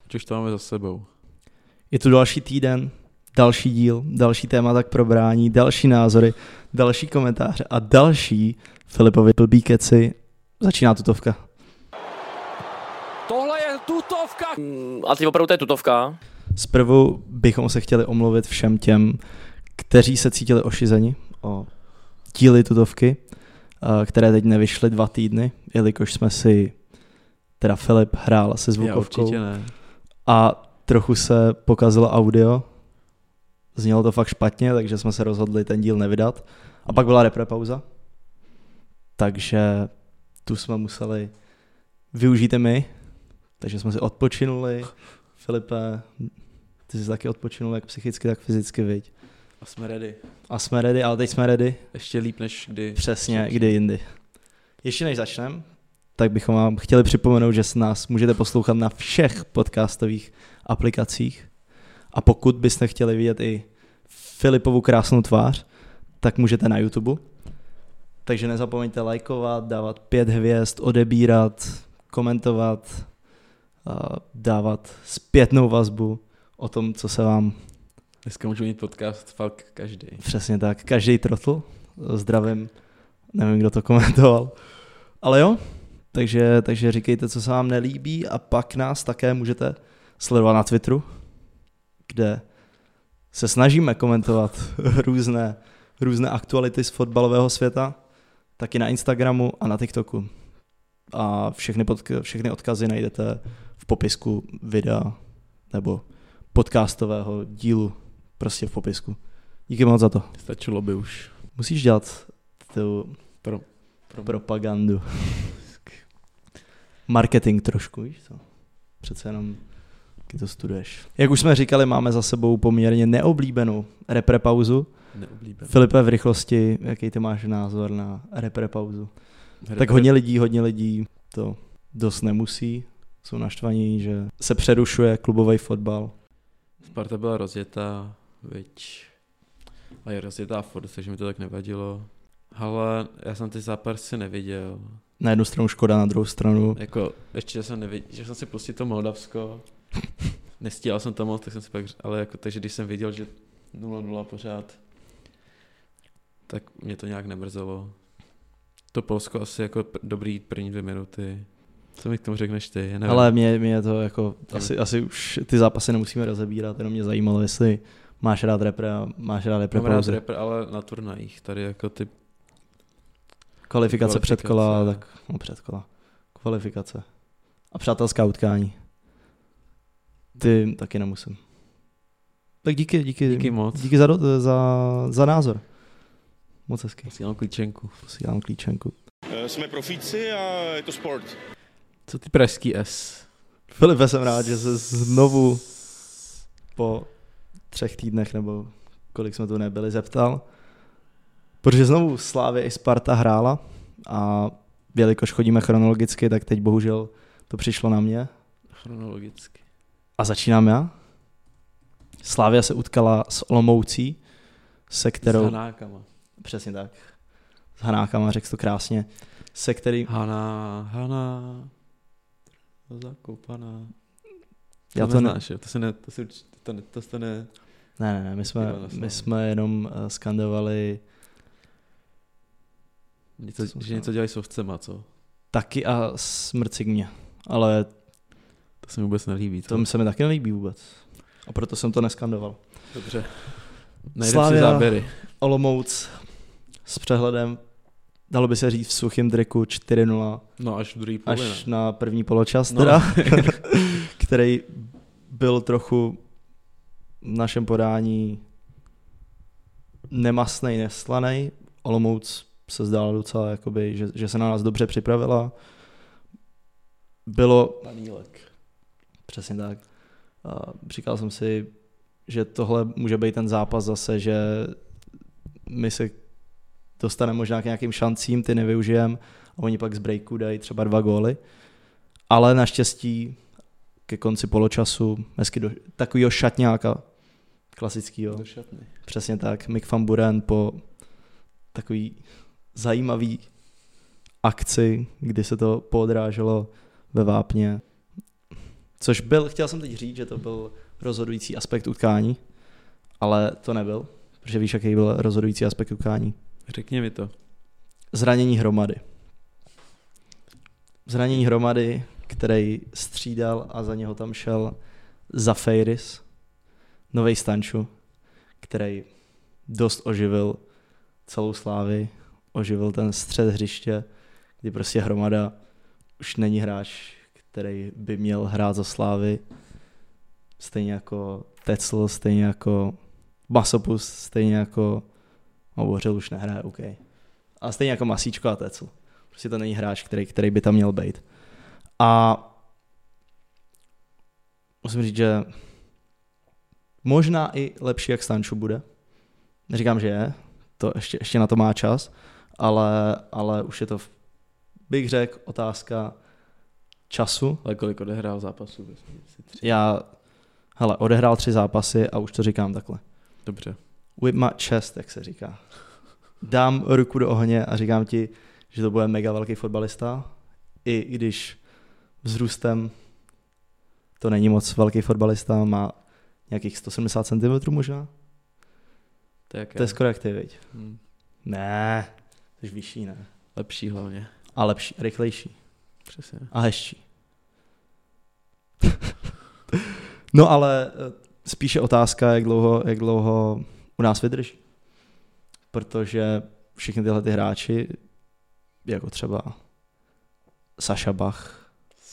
Což to máme za sebou. Je tu další týden, další díl, další témata k probrání, další názory, další komentáře a další Filipovi blbý keci. Začíná tutovka. Tohle je tutovka! A ty opravdu to je tutovka? Zprvu bychom se chtěli omluvit všem těm, kteří se cítili ošizeni o díly tutovky, které teď nevyšly 2 týdny, jelikož jsme si, teda Filip hrál se zvukovkou. Já určitě ne. A trochu se pokazilo audio. Znělo to fakt špatně, takže jsme se rozhodli ten díl nevydat. A pak byla repre pauza. Takže tu jsme museli využít i my. Takže jsme si odpočinuli. Filipe, ty jsi taky odpočinul jak psychicky, tak fyzicky, viď? A jsme ready, ale teď jsme ready. Ještě líp než kdy. Přesně, kdy jindy. Ještě než začneme, tak bychom vám chtěli připomenout, že se nás můžete poslouchat na všech podcastových aplikacích. A pokud byste chtěli vidět i Filipovu krásnou tvář, tak můžete na YouTube. Takže nezapomeňte lajkovat, dávat 5 hvězd, odebírat, komentovat, dávat zpětnou vazbu o tom, co se vám... Dneska můžu mít podcast fakt každý. Přesně tak, každý trotl. Zdravím, nevím, kdo to komentoval. Ale jo, takže říkejte, co se vám nelíbí a pak nás také můžete sledovat na Twitteru, kde se snažíme komentovat různé aktuality z fotbalového světa, taky na Instagramu a na TikToku. A všechny odkazy najdete v popisku videa nebo podcastového dílu, prostě v popisku. Díky moc za to. Stačilo by už. Musíš dělat tu propagandu. Marketing trošku, víš co? Přece jenom když to studuješ. Jak už jsme říkali, máme za sebou poměrně neoblíbenou repre pauzu. Filipe, v rychlosti, jaký ty máš názor na repre pauzu? Tak hodně lidí to dost nemusí. Jsou naštvaní, že se přerušuje klubový fotbal. Sparta byla rozjetá, a je rozjetá furt, takže mi to tak nevadilo. Ale já jsem ty zápasy neviděl. Na jednu stranu škoda, na druhou stranu... Jako, ještě jsem neviděl, že jsem si pustil to Moldavsko. Nestíhal jsem to moc, tak jsem si pak... Ale jako, takže když jsem viděl, že 0-0 pořád, tak mě to nějak nemrzelo. To Polsko asi jako dobrý první 2 minuty. Co mi k tomu řekneš ty? Ale mě to jako... Asi už ty zápasy nemusíme rozebírat, jenom mě zajímalo, jestli máš rád repre a máš rád repre pauzy. Mám rád repre, ale na turnajích. Tady jako ty... Kvalifikace předkola, tak předkola. Kvalifikace. A přátelská utkání. Ty taky nemusím. Tak díky moc. Díky za názor. Moc hezky. Posílám klíčenku. Jsme profíci a je to sport. Co ty pražský S? Filipe, jsem rád, že se znovu po 3 týdnech, nebo kolik jsme tu nebyli, zeptal. Protože znovu Slavia i Sparta hrála a jelikož chodíme chronologicky, tak teď bohužel to přišlo na mě. Chronologicky. A začínám já. Slavia se utkala s Olomoucí, se kterou... S Hanákama. Přesně tak. S Hanákama, řekl to krásně. Se kterým... Hana... Zakoupaná. Já to neznáš, to ne... Ne, my jsme jenom skandovali... Něco dělají s ovcema, co? Taky a smrcik mě, ale... To se mi vůbec nelíbí. To se mi taky nelíbí vůbec. A proto jsem to neskandoval. Dobře. Najdem si záběry. Olomouc s přehledem, dalo by se říct v suchým driku 4-0. No až v druhý polovině. Až na první poločas teda, který byl trochu v našem podání nemastnej, neslanej. Olomouc se zdálo docela, jakoby, že se na nás dobře připravila. Bylo... Panílek. Přesně tak. Říkal jsem si, že tohle může být ten zápas zase, že my se dostaneme možná k nějakým šancím, ty nevyužijeme a oni pak z breaku dají třeba 2 góly. Ale naštěstí ke konci poločasu hezky do takovýho šatňáka klasickýho. Do šatny. Přesně tak. Mick van Buren po takový zajímavý akci, kdy se to poodráželo ve vápně, Což byl, chtěl jsem teď říct, že to byl rozhodující aspekt utkání, ale to nebyl, protože víš, jaký byl rozhodující aspekt utkání. Řekni mi to. Zranění Hromady. Zranění Hromady, který střídal a za něho tam šel Zafeiris, novej Stanču, který dost oživil celou Slávy, oživil ten střed hřiště, kdy prostě Hromada už není hráč, který by měl hrát za Slávy, stejně jako Tecl, stejně jako Masopust, stejně jako Bořil už nehraje, OK. A stejně jako Masíčko a Tecl. Prostě to není hráč, který by tam měl být. A musím říct, že možná i lepší, jak Stanču bude. Neříkám, že je, to ještě na to má čas, ale už je to, bych řekl, otázka času. Ale kolik odehrál zápasů? Odehrál 3 zápasy a už to říkám takhle. Dobře. With my chest, jak se říká. Dám ruku do ohně a říkám ti, že to bude mega velký fotbalista, i když vzrůstem to není moc velký fotbalista, má nějakých 170 cm možná. To je skoro jak ty, viď? Ne, jsi vyšší, ne. Lepší hlavně. A lepší, rychlejší. Přesně. A hezčí. No ale spíše otázka, jak dlouho u nás vydrží. Protože všichni tyhle ty hráči, jako třeba Saša Bach,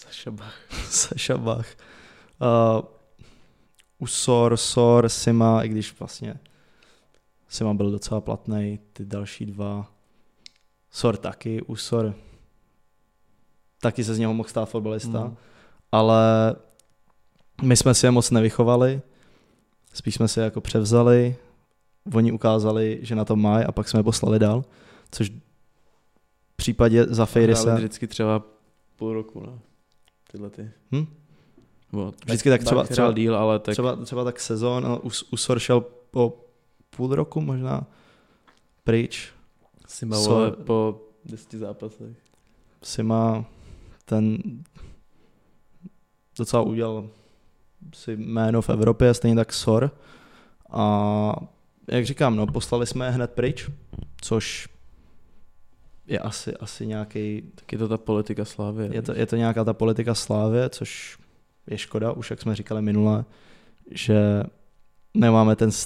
Usor, Sima, i když vlastně Sima byl docela platnej, ty další 2, Sor taky, Usor taky se z něho mohl stát fotbalista, ale my jsme si je moc nevychovali, spíš jsme si je jako převzali, oni ukázali, že na to mají a pak jsme je poslali dál, což v případě Zafeirise... vždycky třeba půl roku, no. Tyhle ty. Vždycky tak třeba díl, ale tak... Třeba tak sezon, Usor šel po půl roku možná pryč. Sima vole po 10 zápasech. Sima ten docela udělal si jméno v Evropě, stejně tak Sor. A jak říkám, no, poslali jsme je hned pryč, což je asi nějaký... Tak je to ta politika Slávy. Je to nějaká ta politika Slávy, což je škoda, už jak jsme říkali minule, že nemáme ten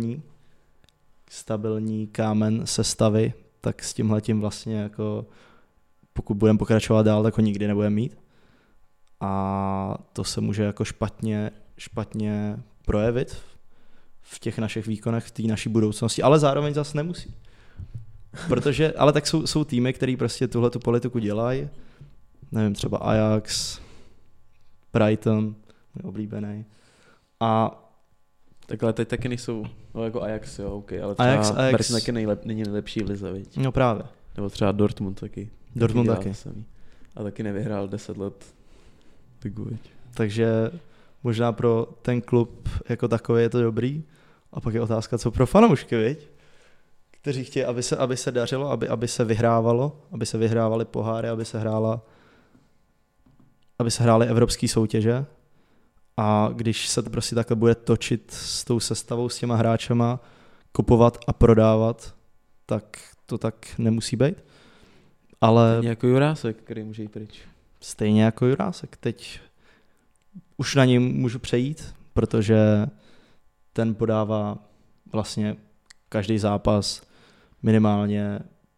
stabilní kámen sestavy, tak s tímhletím vlastně jako pokud budeme pokračovat dál, tak ho nikdy nebudeme mít. A to se může jako špatně projevit v těch našich výkonech, v té naší budoucnosti, ale zároveň zase nemusí. Protože, ale tak jsou týmy, který prostě tuhletu politiku dělají. Nevím, třeba Ajax, Brighton, můj oblíbený. A takhle teď taky nejsou, no jako Ajax, jo, OK, ale třeba Ajax taky není nejlepší v lize, viď? No právě. Nebo třeba Dortmund taky. Dortmund taky. A taky nevyhrál 10 let ligu, viď? Takže možná pro ten klub jako takový je to dobrý. A pak je otázka, co pro fanoušky, viď? Kteří chtějí, aby se dařilo, aby se vyhrávalo, aby se vyhrávaly poháry, aby se hrály evropské soutěže. A když se to prostě takhle bude točit s tou sestavou, s těma hráčema, kupovat a prodávat, tak to tak nemusí být. Ale stejně jako Jurásek, který může jít pryč. Stejně jako Jurásek. Teď už na něj můžu přejít, protože ten podává vlastně každý zápas minimálně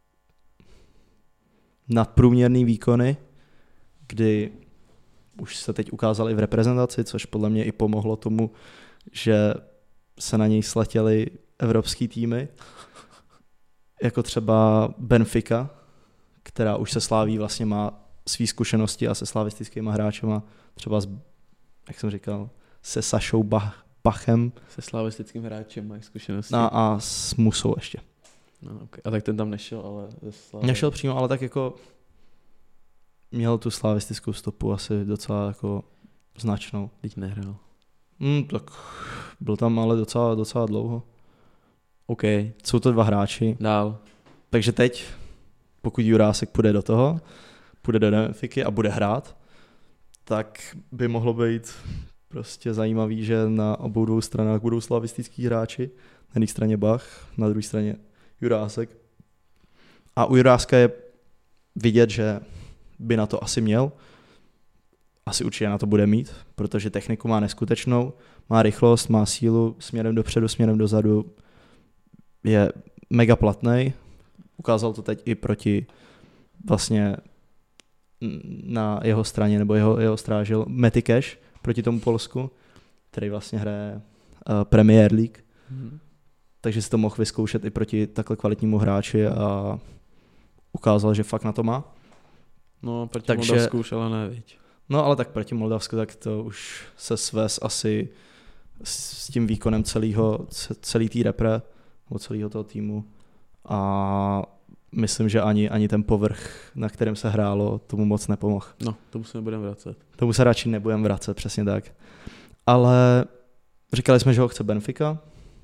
nadprůměrný výkony, kdy už se teď ukázal i v reprezentaci, což podle mě i pomohlo tomu, že se na něj sletěly evropský týmy, jako třeba Benfica, která už se sláví, vlastně má svý zkušenosti a se slavistickýma hráčema, třeba jak jsem říkal, se Sašou Bachem. Se slavistickým hráčem mají zkušenosti. No a s Musou ještě. No, okay. A tak ten tam nešel, ale nešel přímo, ale tak jako měl tu slavistickou stopu asi docela jako značnou. Teď nehrál. Tak byl tam ale docela dlouho. OK. Jsou to 2 hráči. Dál. Takže teď, pokud Jurásek půjde do Benfiky a bude hrát, tak by mohlo být prostě zajímavý, že na obou dvou stranách budou slavistický hráči. Na jedné straně Bach, na druhé straně Jurásek. A u Juráska je vidět, že by na to asi měl. Asi určitě na to bude mít, protože techniku má neskutečnou, má rychlost, má sílu, směrem dopředu, směrem dozadu. Je mega platnej. Ukázal to teď i proti vlastně na jeho straně, nebo jeho strážil Matty Cash proti tomu Polsku, který vlastně hraje Premier League. Takže si to mohl vyzkoušet i proti takhle kvalitnímu hráči a ukázal, že fakt na to má. No, proti Moldavsku už ale ne, viď. No, ale tak proti Moldavsku, tak to už se svez asi s tím výkonem celý té repre, nebo celého toho týmu. A myslím, že ani ten povrch, na kterém se hrálo, tomu moc nepomohl. No, tomu se nebudeme vracet. Tomu se radši nebudeme vracet, přesně tak. Ale říkali jsme, že ho chce Benfica.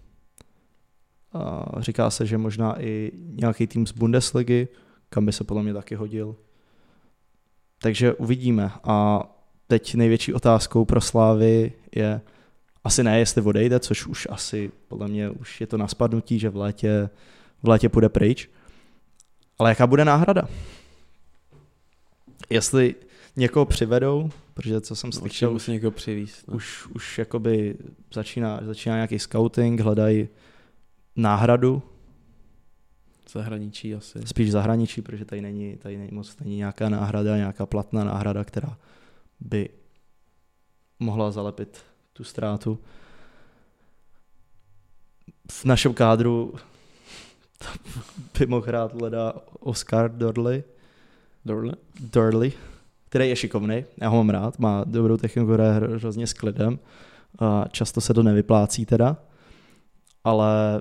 A říká se, že možná i nějaký tým z Bundesligy, kam by se podle mě taky hodil. Takže uvidíme. A teď největší otázkou pro Slávy je asi ne, jestli odejde, což už asi podle mě už je to na spadnutí, že v létě půjde pryč. Ale jaká bude náhrada? Jestli někoho přivedou, protože co jsem slyšel, musí někoho přivízt. No. Už jakoby začíná nějaký scouting, hledají náhradu. Zahraničí asi. Spíš zahraničí, protože tady není nějaká náhrada, nějaká platná náhrada, která by mohla zalepit tu ztrátu. V našem kádru by mohl hrát leda Oscar Dorley, který je šikovný, já ho mám rád, má dobrou techniku, hraje hrozně s klidem, a často se to nevyplácí teda, ale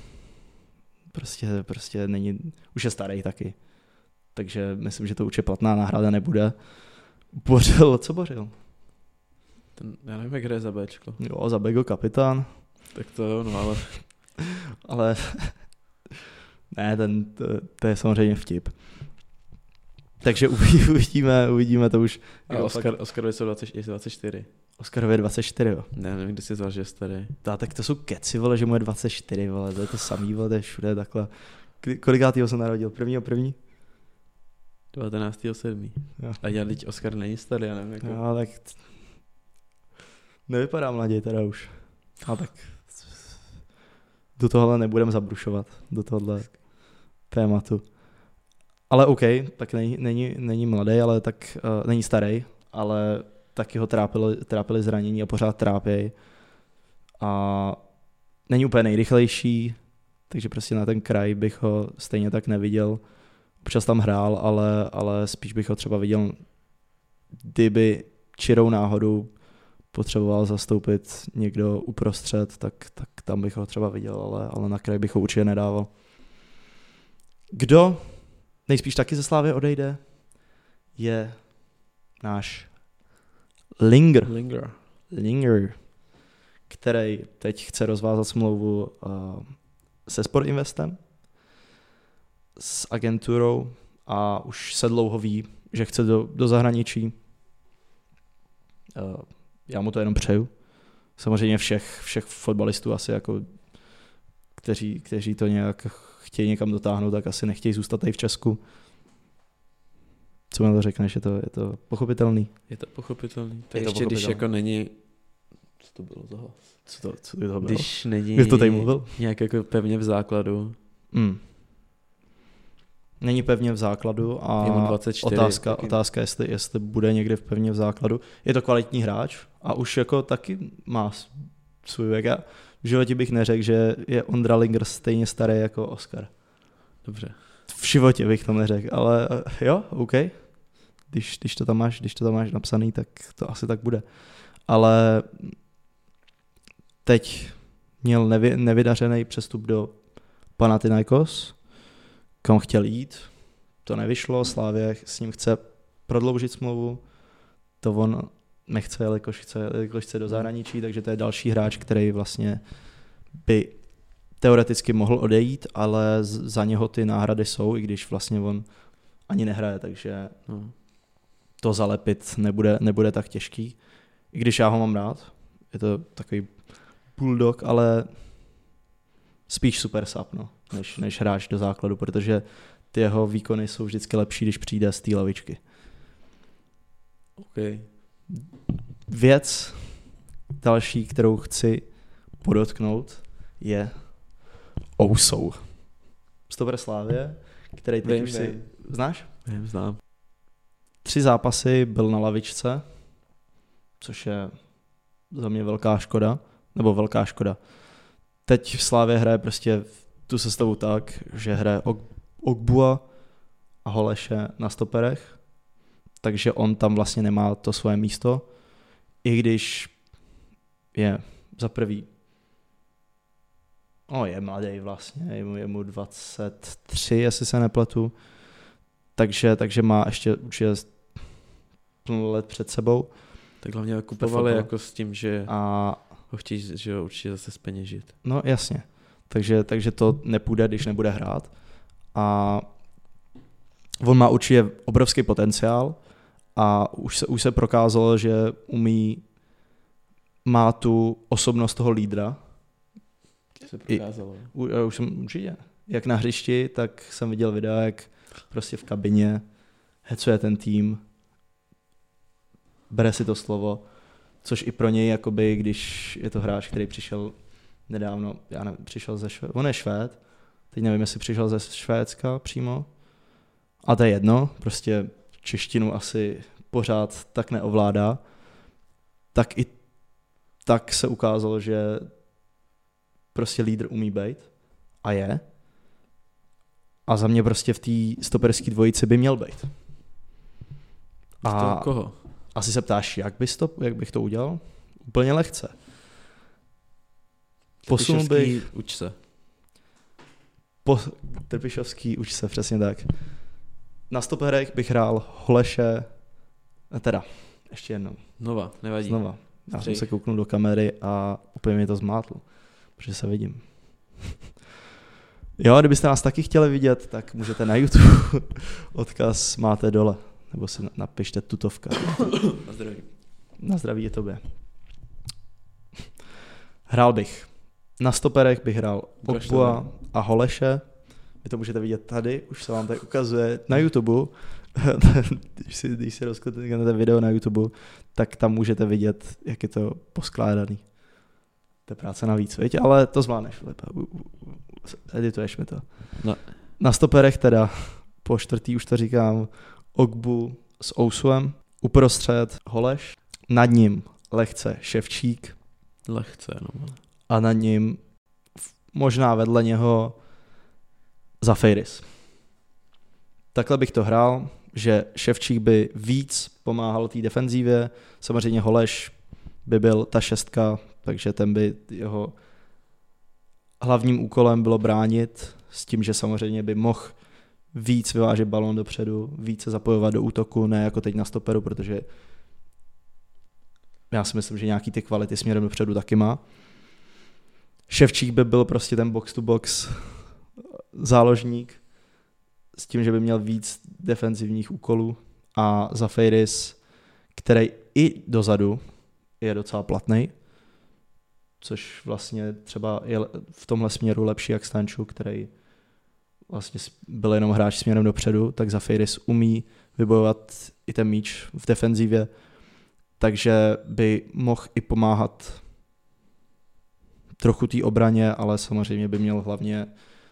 prostě není, už je starý taky, takže myslím, že to určitě platná náhrada nebude. Co Bořil? Já nevím, jak hraje za Bčko. Jo, za Bego kapitán. Tak to jo, no ale... ale ne, to je samozřejmě vtip. Takže uvidíme to už. A Oskarovi jsou 24. Oskarovi je 24, jo. Ne, nevím, kdy jsi zval, že je starý. Tak to jsou keci, vole, že mu je 24, vole, to je to samý, vole, to je všude takhle. Kolikátýho se narodil? První? 19.7. A já teď Oskar není starý, já nevím, jako... No, tak nevypadá mladě teda už. A tak do tohohle nebudeme zabrušovat, do tohohle tématu. Ale OK, tak není mladý, ale tak není starý, ale taky ho trápili zranění a pořád trápějí. A není úplně nejrychlejší, takže prostě na ten kraj bych ho stejně tak neviděl. Občas tam hrál, ale spíš bych ho třeba viděl, kdyby čirou náhodou potřeboval zastoupit někdo uprostřed, tak tam bych ho třeba viděl, ale na kraj bych ho určitě nedával. Kdo nejspíš taky ze Slávy odejde, je náš Linger, který teď chce rozvázat smlouvu se Sport Investem, s agenturou a už se dlouho ví, že chce do zahraničí. Já mu to jenom přeju. Samozřejmě všech fotbalistů asi jako, kteří to nějak chtějí někam dotáhnout, tak asi nechtějí zůstat tady v Česku. Co mi to řekneš, je to pochopitelný? Je to pochopitelný. Tak ještě když jako není... Co to bylo za hlas? Co to bylo? Když není... Kdo to tady mluvil? Nějak jako pevně v základu. Není pevně v základu a 24, otázka jestli bude někde pevně v základu. Je to kvalitní hráč a už jako taky má svůj věk. Já v životě bych neřekl, že je Ondra Linger stejně starý jako Oskar. Dobře. V životě bych to neřekl, ale jo, OK. Když to tam máš napsaný, tak to asi tak bude. Ale teď měl nevydařený přestup do Panathinaikos, kam chtěl jít, to nevyšlo, Slavia s ním chce prodloužit smlouvu, to on nechce, jelikož chce do zahraničí, takže to je další hráč, který vlastně by teoreticky mohl odejít, ale za něho ty náhrady jsou, i když vlastně on ani nehraje, takže to zalepit nebude tak těžký. I když já ho mám rád, je to takový bulldog, ale spíš super sub, no, než hráč do základu, protože ty jeho výkony jsou vždycky lepší, když přijde z té lavičky. Okay. Věc další, kterou chci podotknout, je Ousou. Stoper Slávie, který teď už si... Znáš? Znám. 3 zápasy byl na lavičce, což je za mě velká škoda. Teď v Slávě hraje prostě tu sestavu tak, že hraje Ogbua a Holeše na stoperech, takže on tam vlastně nemá to svoje místo, i když je za prvý je mladý vlastně, je mu 23, jestli se nepletu, takže má ještě určitě let před sebou. Tak hlavně kupovali jako s tím, že ho chtějí, že ho určitě zase zpeněžit. No jasně, takže to nepůjde, když nebude hrát. A on má určitě obrovský potenciál a už se prokázalo, že má tu osobnost toho lídra. Se prokázalo. Už jsem určitě. Jak na hřišti, tak jsem viděl videa, jak prostě v kabině hecuje ten tým, bere si to slovo, což i pro něj, jakoby, když je to hráč, který přišel nedávno, já nevím, přišel on je Švéd, teď nevím, jestli přišel ze Švédska přímo, a to je jedno, prostě češtinu asi pořád tak neovládá, tak i tak se ukázalo, že prostě lídr umí být a je. A za mě prostě v té stoperské dvojici by měl být. A koho? Asi se ptáš, jak bych to udělal? Úplně lehce. Posunul bych... Uč se. Trpišovský, uč se, přesně tak. Na stoperech bych hrál Holeše, ještě jednou. Nevadí. Znova. Já jsem se kouknul do kamery a úplně mě to zmátlo, protože se vidím. Jo, kdybyste nás taky chtěli vidět, tak můžete na YouTube. Odkaz máte dole. Nebo si napište tutovka. Na zdraví. Na zdraví je tobě. Hrál bych. Na stoperech bych hrál Ogbua a Holeše. Vy to můžete vidět tady, už se vám tady ukazuje na YouTube. Když si rozkliknete video na YouTube, tak tam můžete vidět, jak je to poskládaný. To je práce navíc, viď? Ale to zvládneš, Filipe. Edituješ mi to. No. Na stoperech teda, po čtvrtý už to říkám, Ogbu s Ousuem, uprostřed Holeš, nad ním lehce Ševčík. Lehce, no. A nad ním možná vedle něho Zafeiris. Takhle bych to hrál, že Ševčík by víc pomáhal té defenzívě, samozřejmě Holeš by byl ta šestka, takže ten by jeho hlavním úkolem bylo bránit, s tím, že samozřejmě by mohl víc vyvážet balón dopředu, více zapojovat do útoku, ne jako teď na stoperu, protože já si myslím, že nějaký ty kvality směrem dopředu taky má. Ševčík by byl prostě ten box-to-box záložník, s tím, že by měl víc defenzivních úkolů, a Zafeiris, který i dozadu je docela platnej, což vlastně třeba je v tomhle směru lepší jak Stanču, který vlastně byl jenom hráč směrem dopředu, tak Zafeiris umí vybojovat i ten míč v defenzivě, takže by mohl i pomáhat trochu té obraně, ale samozřejmě by měl hlavně,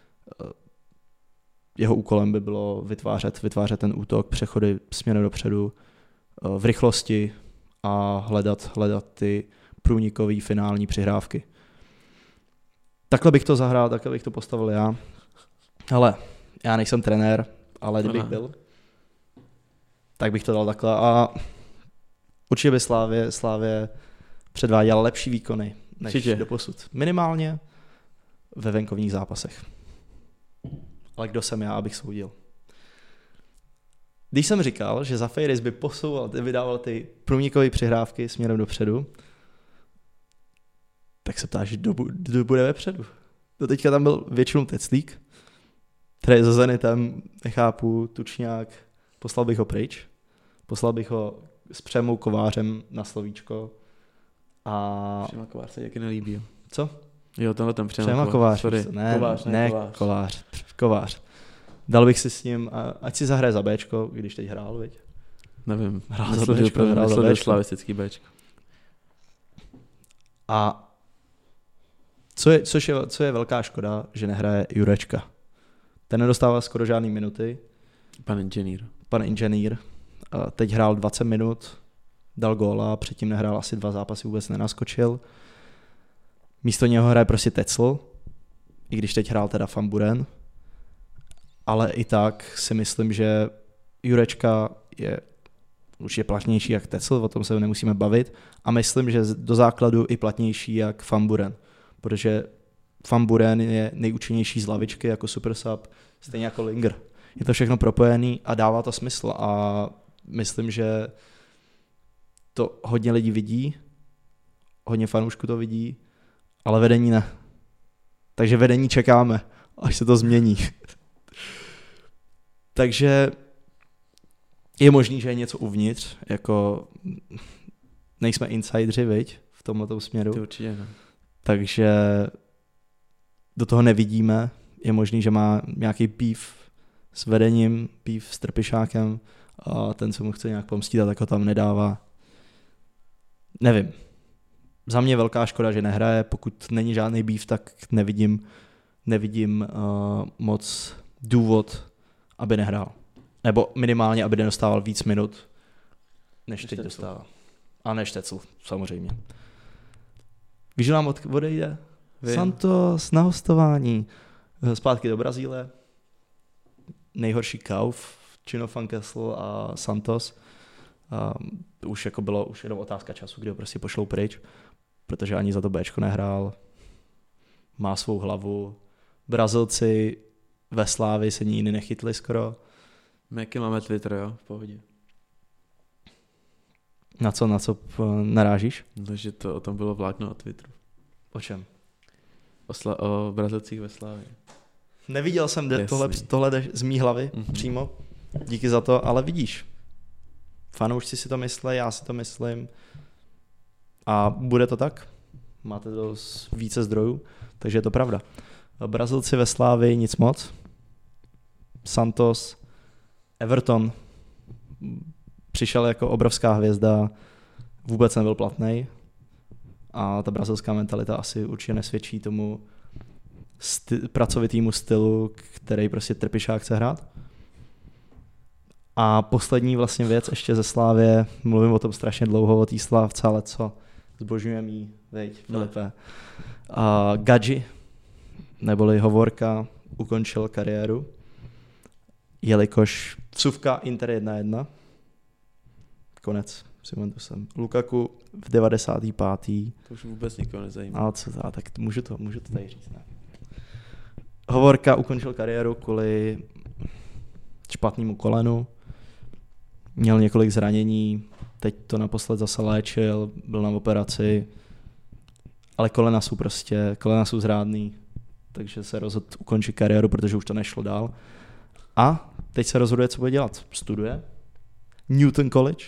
jeho úkolem by bylo vytvářet ten útok, přechody směrem dopředu v rychlosti a hledat ty průnikové finální přihrávky. Takhle bych to zahrál, takhle bych to postavil já. Ale já nejsem trenér, ale kdybych byl, tak bych to dal takhle a určitě by Slávě předváděla lepší výkony než doposud. Minimálně ve venkovních zápasech. Ale kdo jsem já, abych soudil? Když jsem říkal, že Zafeiris by vydával ty průnikové přihrávky směrem dopředu, tak se ptáš, kdo bude vepředu. Doteďka tam byl většinou Teclík, který je za Zenitem, nechápu, Tučňák, poslal bych ho pryč, Poslal bych ho s Přemou Kovářem na slovíčko a... Přema Kovář se taky nelíbí. Jo. Co? Jo, tenhle ten Přema Kovář. Sorry. Ne, Kovář, ne Kovář. Kovář. Dal bych si s ním, ať si zahraje za Bčko, když teď hrál, viď? Nevím. Hrál za Bčko, hrál za Nesleduju Bčko. slavistický Bčko. A co je velká škoda, že nehraje Jurečka. Ten nedostává skoro žádný minuty. Pan inženýr. Teď hrál 20 minut, dal góla, předtím nehrál asi 2 zápasy, vůbec nenaskočil. Místo něho hraje prostě Tecl, i když teď hrál teda Van Buren. Ale i tak si myslím, že Jurečka je určitě platnější jak Tecl, o tom se nemusíme bavit. A myslím, že do základu i platnější jak Van Buren. Protože Van Buren je nejúčinnější z lavičky jako super sub, stejně jako Linger. Je to všechno propojený a dává to smysl a myslím, že to hodně lidí vidí, hodně fanoušků to vidí, ale vedení ne. Takže vedení čekáme, až se to změní. Takže je možný, že je něco uvnitř, jako nejsme insidři, viď, v tomhletom směru. Ty určitě ne. Takže do toho nevidíme. Je možný, že má nějaký beef s vedením, beef s Trpišákem a ten se mu chce nějak pomstit a tak ho tam nedává. Nevím. Za mě velká škoda, že nehraje. Pokud není žádný beef, tak nevidím moc důvod, aby nehrál. Nebo minimálně, aby nedostával víc minut, než teď dostává. A než Tecl, samozřejmě. Víš, že nám odejde? Vím. Santos na hostování. Zpátky do Brazílie. Nejhorší kauf. Chino Van Kessel a Santos. Už jako bylo už jenom otázka času, kdy ho prostě pošlou pryč, protože ani za to Bčko nehrál. Má svou hlavu. Brazilci ve Slávii se nikdy nechytli skoro. My jaký máme Twitter, jo? V pohodě. Na co narážíš? Takže to o tom bylo vlákno na Twitteru. O čem? O Brazilcích ve Slávii. Neviděl jsem Jasný. tohle jde z mý hlavy přímo. Díky za to, ale vidíš. Fanoušci si to myslí, já si to myslím. A bude to tak? Máte to více zdrojů, takže je to pravda. Brazilci ve Slávii nic moc. Santos, Everton přišel jako obrovská hvězda, vůbec nebyl platnej a ta brazilská mentalita asi určitě nesvědčí tomu pracovitýmu stylu, který prostě Trpišák chce hrát. A poslední vlastně věc ještě ze Slávie, mluvím o tom strašně dlouho, o té Slávce, ale co, zbožňujeme jí, veď, Filipe. Gadži, neboli Hovorka, ukončil kariéru, jelikož vsuvka Inter 1-1, konec s Juventusem. Lukaku v 95. To už vůbec nikoho nezajímá. Ale co to, tak můžu to tady říct, ne? Hovorka ukončil kariéru kvůli špatnému kolenu, měl několik zranění, teď to naposled zase léčil, byl na operaci, ale kolena jsou zrádný, takže se rozhodl ukončit kariéru, protože už to nešlo dál. A teď se rozhoduje, co bude dělat. Studuje Newton College.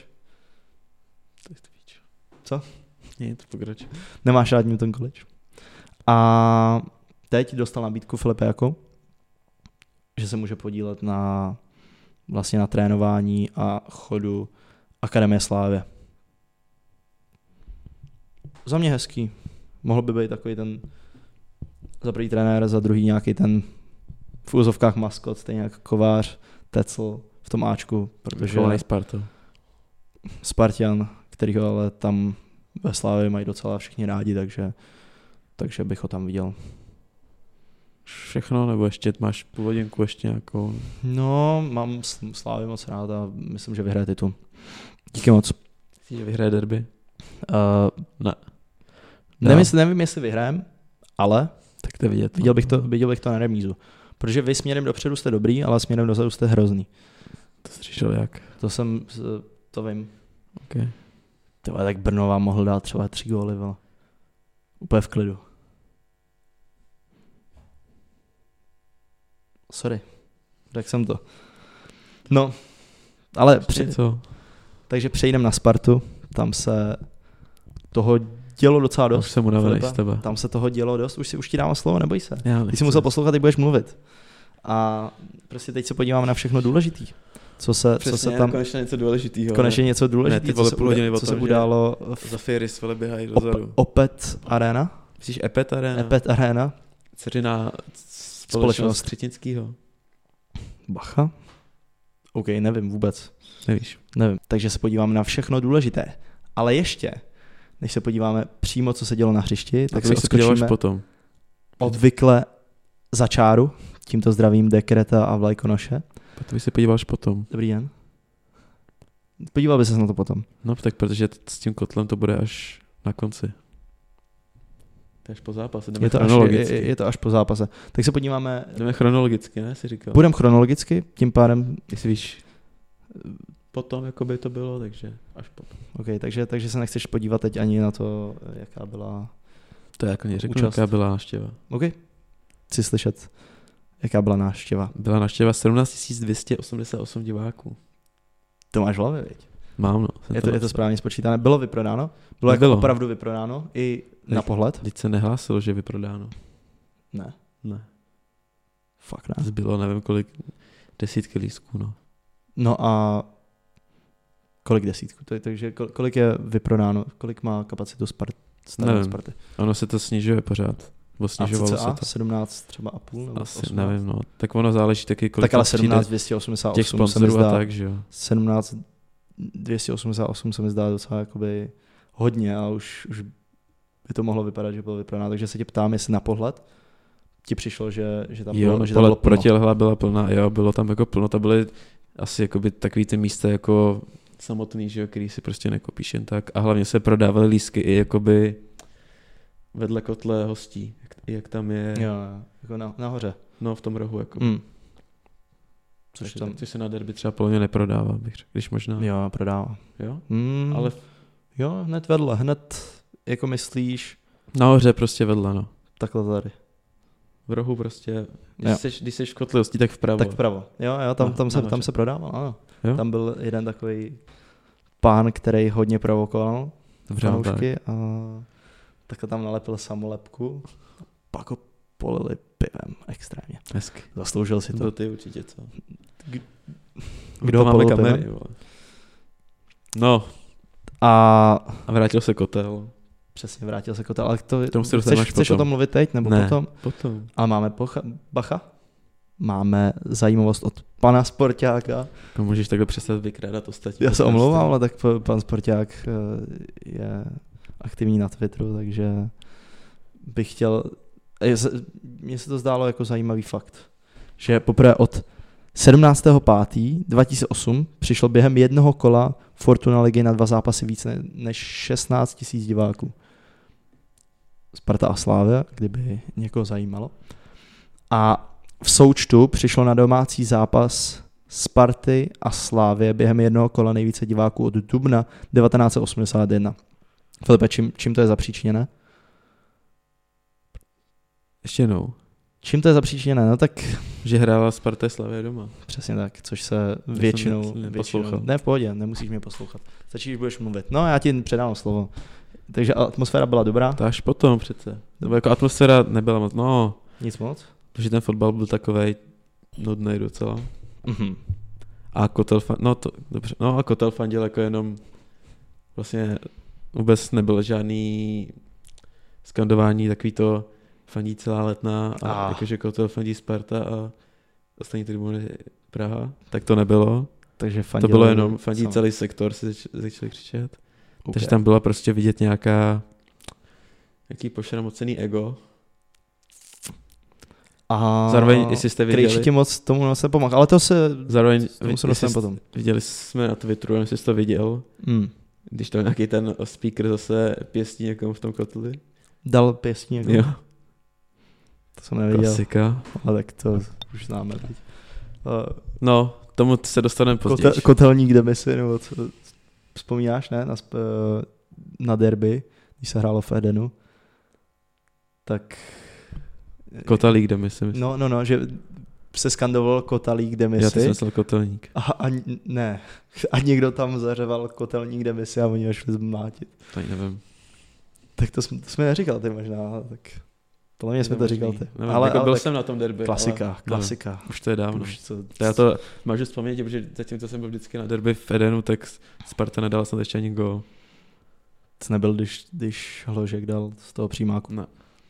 Co? Nie, to pokračuje. Nemáš rád Newton College. A teď dostal nabídku Filipe jako, že se může podílet na trénování a chodu Akademie Slávy. Za mě hezký. Mohl by být takový ten za první trenér, za druhý nějaký ten v úzovkách maskot, stejně jako Kovář, Tecl v tom Ačku, protože Spartan, kterýho ale tam ve Slávě mají docela všichni rádi, takže bych ho tam viděl. Všechno, nebo ještě máš původinku ještě nějakou? No, mám Slávy moc rád a myslím, že vyhraje titul. Díky moc. Myslíš, že vyhraje derby? Ne. Nevím, jestli vyhrajem, ale tak to vidět. Viděl bych to na remízu. Protože vy směrem dopředu jste dobrý, ale směrem dozadu jste hrozný. To jsi přišel jak? To vím. Okay. Tyhle, tak Brno vám mohl dát třeba 3 góly, vole. Úplně v klidu. Sorry, tak jsem to. No, ale Takže přejdeme na Spartu, tam se toho dělo docela dost. Už jsem unavený Filipe. z tebe. Tam se toho dělo dost, už ti dávám slovo, neboj se. Já Ty nechci. jsi musel poslouchat, jak budeš mluvit. A prostě teď se podíváme na všechno důležitý. Co se tam... konečně něco důležitého. Konečně něco Ne, ty důležitého, vole, půl hodiny o co tom, se že událo v Zafiri s Vile běhají dozadu. Opet Arena. Myslíš Epet Arena? Epet Arena. Dceřiná Společnost. společnost Křetinskýho. Bacha. OK, nevím vůbec. Nevíš. Nevím. Takže se podíváme na všechno důležité. Ale ještě, než se podíváme přímo, co se dělo na hřišti, tak to si bych se podíval až odskočíme potom. obvykle za čáru. Tímto zdravím Dekreta a Vlajkonoše. To bych se podíval až potom. Dobrý den. Podíval by se na to potom. No tak protože s tím kotlem to bude až na konci. To je až po zápase, jdeme Je to, chronologicky. je to až po zápase. Tak se podíváme, Jdeme chronologicky, ne, si říkal. budeme chronologicky, tím pádem, Jestli víš, potom, jako by to bylo, takže až potom. OK, takže se nechceš podívat teď ani na to, jaká byla... To je jako neřeknu, Účast. jaká byla návštěva. OK, chci slyšet, jaká byla návštěva. Byla návštěva 17 288 diváků. To máš v hlavě, viď? Mám, no. Je to správně spočítané. Bylo vyprodáno? Bylo jako Nebylo. opravdu vyprodáno? I na pohled? Teď se nehlásilo, že je vyprodáno. Ne. Ne. Fakt ne. Zbylo nevím kolik, desítky lístků, no. No a kolik desítků? Takže kolik je vyprodáno? Kolik má kapacitu Nevím. Sparty? Ono se to snižuje pořád. Bo A snižovalo se cca to. 17 třeba a půl? Nebo Asi 18? nevím, no. Tak ono záleží taky, kolik Tak ale tam přijde 17 288 těch se mi sponsorů a zdá, tak, že jo. 17 288 se mi zdá docela jakoby hodně a už by to mohlo vypadat, že bylo vyprodáno. Takže se tě ptám, jestli na pohled ti přišlo, že tam Jo, bylo, že tam bylo plno. protilhla byla plná, jo, bylo tam jako plno, to byly asi jakoby takový ty místa jako samotný, že jo, který si prostě nekopíš jen tak a hlavně se prodávaly lístky i jakoby vedle kotle hostí, jak tam je, Jo, jako nahoře. no v tom rohu, jako. Což Takže tam, tak, což se na derby třeba podle mě neprodává, bych řekl, když možná, jo, prodává. jo? Ale Ale jo, hned vedle, hned jako myslíš nahoře prostě vedle, no. takhle tady. V rohu prostě, Jo. když seš v kotle hostí, tak vpravo. Tak vpravo. Jo, tam nahoře. se prodával, ano. Jo? Tam byl jeden takový pán, který hodně provokoval Dobře, fanoušky a takhle tam nalepil samolepku a pak ho polili pivem extrémně. hezky. Zasloužil si To to. byl ty určitě, co? Kdo to ho máme polil kamery, pivem? vole. No, A a vrátil se kotel. přesně vrátil se kotel, ale to, Tomu se dostaneme až chceš o potom. tom mluvit teď nebo Ne. potom? Potom. Ale máme bacha. Máme zajímavost od pana Sporťáka. No, můžeš takhle přestat vykrádat ostatní. Já se podcasty. omlouvám, ale tak pan Sporťák je aktivní na Twitteru, takže bych chtěl... Mně se to zdálo jako zajímavý fakt, že poprvé od 17.5.2008 přišlo během jednoho kola Fortuna ligy na 2 zápasy více než 16 000 diváků. Sparta a Slavia, kdyby někoho zajímalo. A v součtu přišlo na domácí zápas Sparty a Slavie během jednoho kola nejvíce diváků od dubna 1981. Filipe, čím to je zapříčiněné? Ještě jednou. Čím to je zapříčiněné? No tak Že hrála Sparta Slavia doma. přesně tak, což se většinou... neposlouchal. Ne, v pohodě, nemusíš mě poslouchat. Stačí, když budeš mluvit. No, já ti předám slovo. Takže atmosféra byla dobrá? To až potom přece. Nebo jako atmosféra nebyla moc, no, Nic moc? protože ten fotbal byl takovej nudnej docela. Mhm. A Kotel, dobře, no a Kotel fandil jako jenom vlastně vůbec nebylo žádný skandování, takový to fandí celá Letná a jakože Kotel fandí Sparta a ostatní tribuny Praha, tak to nebylo. Takže To bylo jenom fandí celý sektor, si začali křičet. Okay. Takže tam byla prostě vidět nějaký pošramocený ego. A Zároveň, jestli jste viděli, Krejči ti moc tomu se pomohl, ale to se... zároveň tomu se dostaneme potom. Viděli jsme na Twitteru, nevím, jestli jsi to viděl, když tam nějaký ten speaker zase pěstí někomu v tom kotli. Dal pěstí jako? Jo, To jsem neviděl, klasika. ale tak to už známe teď. No, tomu se dostaneme později. Kotelník demisi, nebo co? Vzpomínáš, ne? Na derby, když se hrálo v Edenu. Tak... Kotalík, kde myslím. No, že se skandoval Kotalík Já demisi. to jsem myslel Kotelník. Ne. A někdo tam zařeval Kotelník demisi a oni ho šli zmlátit. To ani nevím. Tak to jsme neříkal ty možná, tak podle mě jsme to říkal ty. Nevím, ale byl jsem na tom derby. Klasika. No, už to je dávno. Já to můžu vzpomínat, protože zatím to jsem byl vždycky na derby v Edenu, tak Sparta nedala snad ještě ani gól. To nebyl, když Hložek dal z toho přímáku. Ne.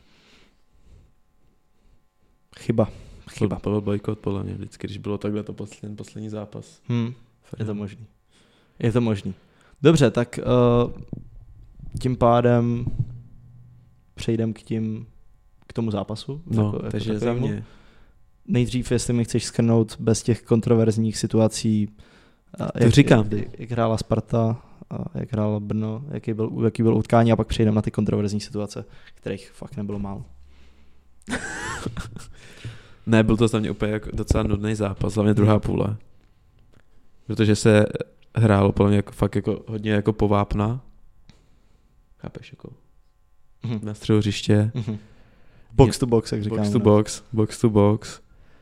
Chyba. To byl bojkot podle mě vždycky, když bylo takhle to poslední zápas. Je to možný. Dobře, tak tím pádem přejdem k tomu zápasu. No, takže za mě. Nejdřív, jestli mi chceš shrnout bez těch kontroverzních situací, jak hrála Sparta, jak hrála Brno, jaký byl utkání a pak přejdem na ty kontroverzní situace, kterých fakt nebylo málo. Ne, byl to za mě úplně jako docela nudný zápas, hlavně druhá půle. Protože se hrálo podle mě fakt jako hodně jako povápna. Chápeš, jako na středu hřiště. Box to box, jak říkáme. Box to box.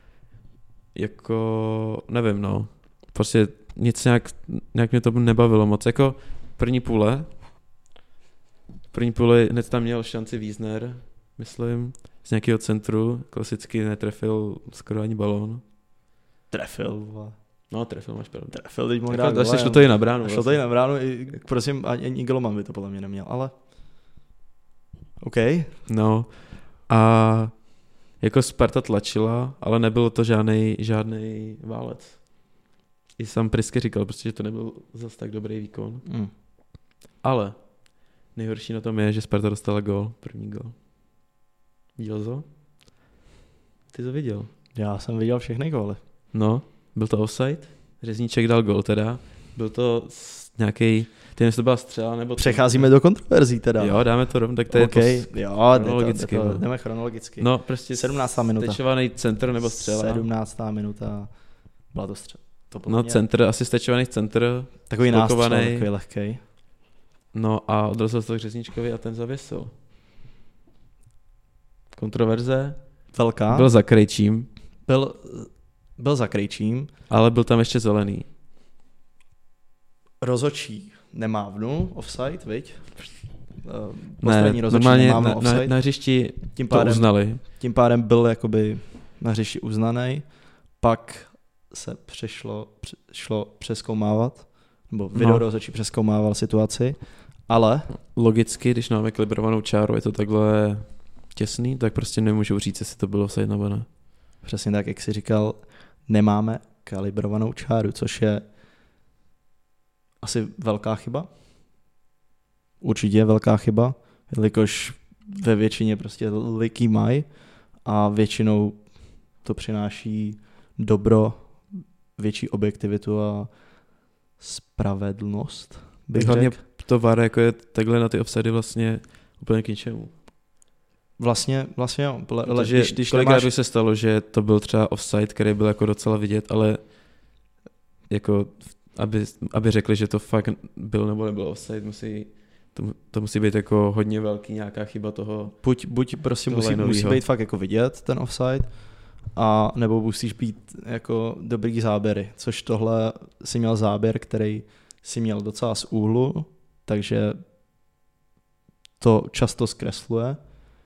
Jako, nevím, no. Prostě nic nějak mě to nebavilo moc. Jako první půle hned tam měl šanci Wiesner, myslím, z nějakého centru. Klasicky netrefil skoro ani balón. Trefil, máš pravdu. Trefil, teď mohl dát. Šlo to i na bránu. Šlo to i na bránu, prosím, ani Goloman by to podle mě neměl, ale OK. No a jako Sparta tlačila, ale nebylo to žádnej válec. I sám Prisky říkal, prostě, že to nebyl zas tak dobrý výkon. Ale nejhorší na tom je, že Sparta dostala gól, první gól. Viděl to? Ty to viděl? Já jsem viděl všechny góly. No, byl to offside, Řezníček dal gól teda, byl to nějaký, ty jestli to byla střela, nebo... Přecházíme do kontroverzí teda. Jo, dáme to rovnou, tak to je to chronologicky. Jdeme chronologicky. No, prostě 17. minuta. Stečovaný centr nebo střela. 17. minuta, byla to střela. No, centr, asi stečovaný centr. Takový nástřel, takový lehkej. No a odrazil se to k Řezničkovi a ten zavěsil. Kontroverze. Velká. Byl za Krejčím. Byl za Krejčím. Ale byl tam ještě zelený. Rozhodčí nemávnu offside, viď? Ne, normálně na hřišti to uznali. Tím pádem byl jakoby na hřišti uznaný, pak se šlo přezkoumávat, nebo videorozhodčí přezkoumával situaci, ale... Logicky, když máme kalibrovanou čáru, je to takhle těsný, tak prostě nemůžu říct, jestli to bylo offside nebo ne. Přesně tak, jak jsi říkal, nemáme kalibrovanou čáru, což je asi velká chyba. Určitě velká chyba, jelikož ve většině prostě liky mají a většinou to přináší dobro, větší objektivitu a spravedlnost. Hlavně to VAR jako je takhle na ty offsidy vlastně úplně k ničemu. Vlastně jo. Když kolikrát by se stalo, že to byl třeba offside, který byl jako docela vidět, ale jako aby řekli, že to fakt byl nebo nebyl offside, to musí být jako hodně velký nějaká chyba toho. Buď prostě musí být fakt jako vidět ten offside, a nebo musíš být jako dobrý záběry, což tohle si měl záběr, který si měl docela z úhlu, takže to často zkresluje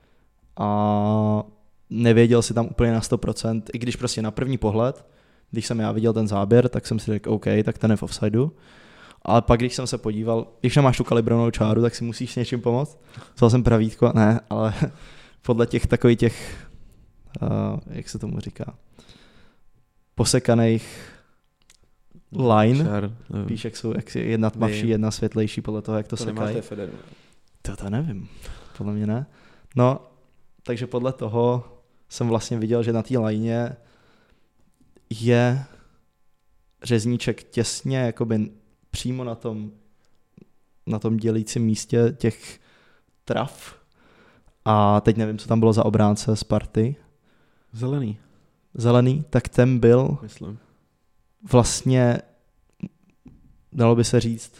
a nevěděl si tam úplně na 100%, i když prostě na první pohled, když jsem já viděl ten záběr, tak jsem si řekl, OK, tak ten je v offsideu. Ale pak, když jsem se podíval, když nemáš tu kalibrovanou čáru, tak si musíš s něčím pomoct. Vzal jsem pravítko, ne, ale podle těch takových těch, jak se tomu říká, posekaných line, víš, jak je jedna tmavší, jedna světlejší, podle toho, jak to sekají. To nevím, podle mě ne. No, takže podle toho jsem vlastně viděl, že na té lině je Řezníček těsně jakoby přímo na tom dělícím místě těch traf. A teď nevím, co tam bylo za obránce Sparty. Zelený, tak ten byl, myslím, vlastně, dalo by se říct,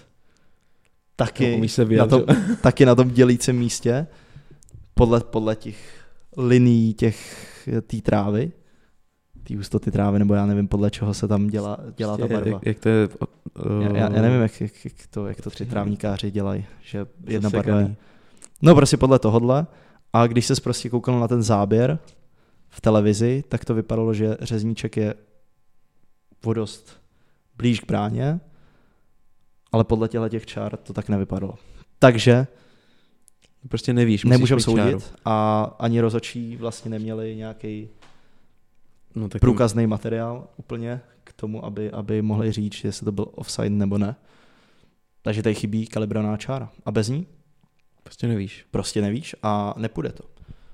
taky na tom dělícím místě, podle těch linií té trávy, té hustoty trávy, nebo já nevím, podle čeho se tam dělá ta barva. Jak to je... Já nevím, jak to ty trávníkáři dělají, že jedna barva je. No prostě podle tohodle. A když ses prostě koukal na ten záběr v televizi, tak to vypadalo, že řezníček je vodost blíž k bráně, ale podle těch čár to tak nevypadalo. Takže prostě nevíš, nemůžeme soudit a ani rozhodčí vlastně neměli nějaký průkazný materiál úplně k tomu, aby mohli říct, jestli to byl offside nebo ne. Takže tady chybí kalibrovaná čára. A bez ní? Prostě nevíš a nepůjde to.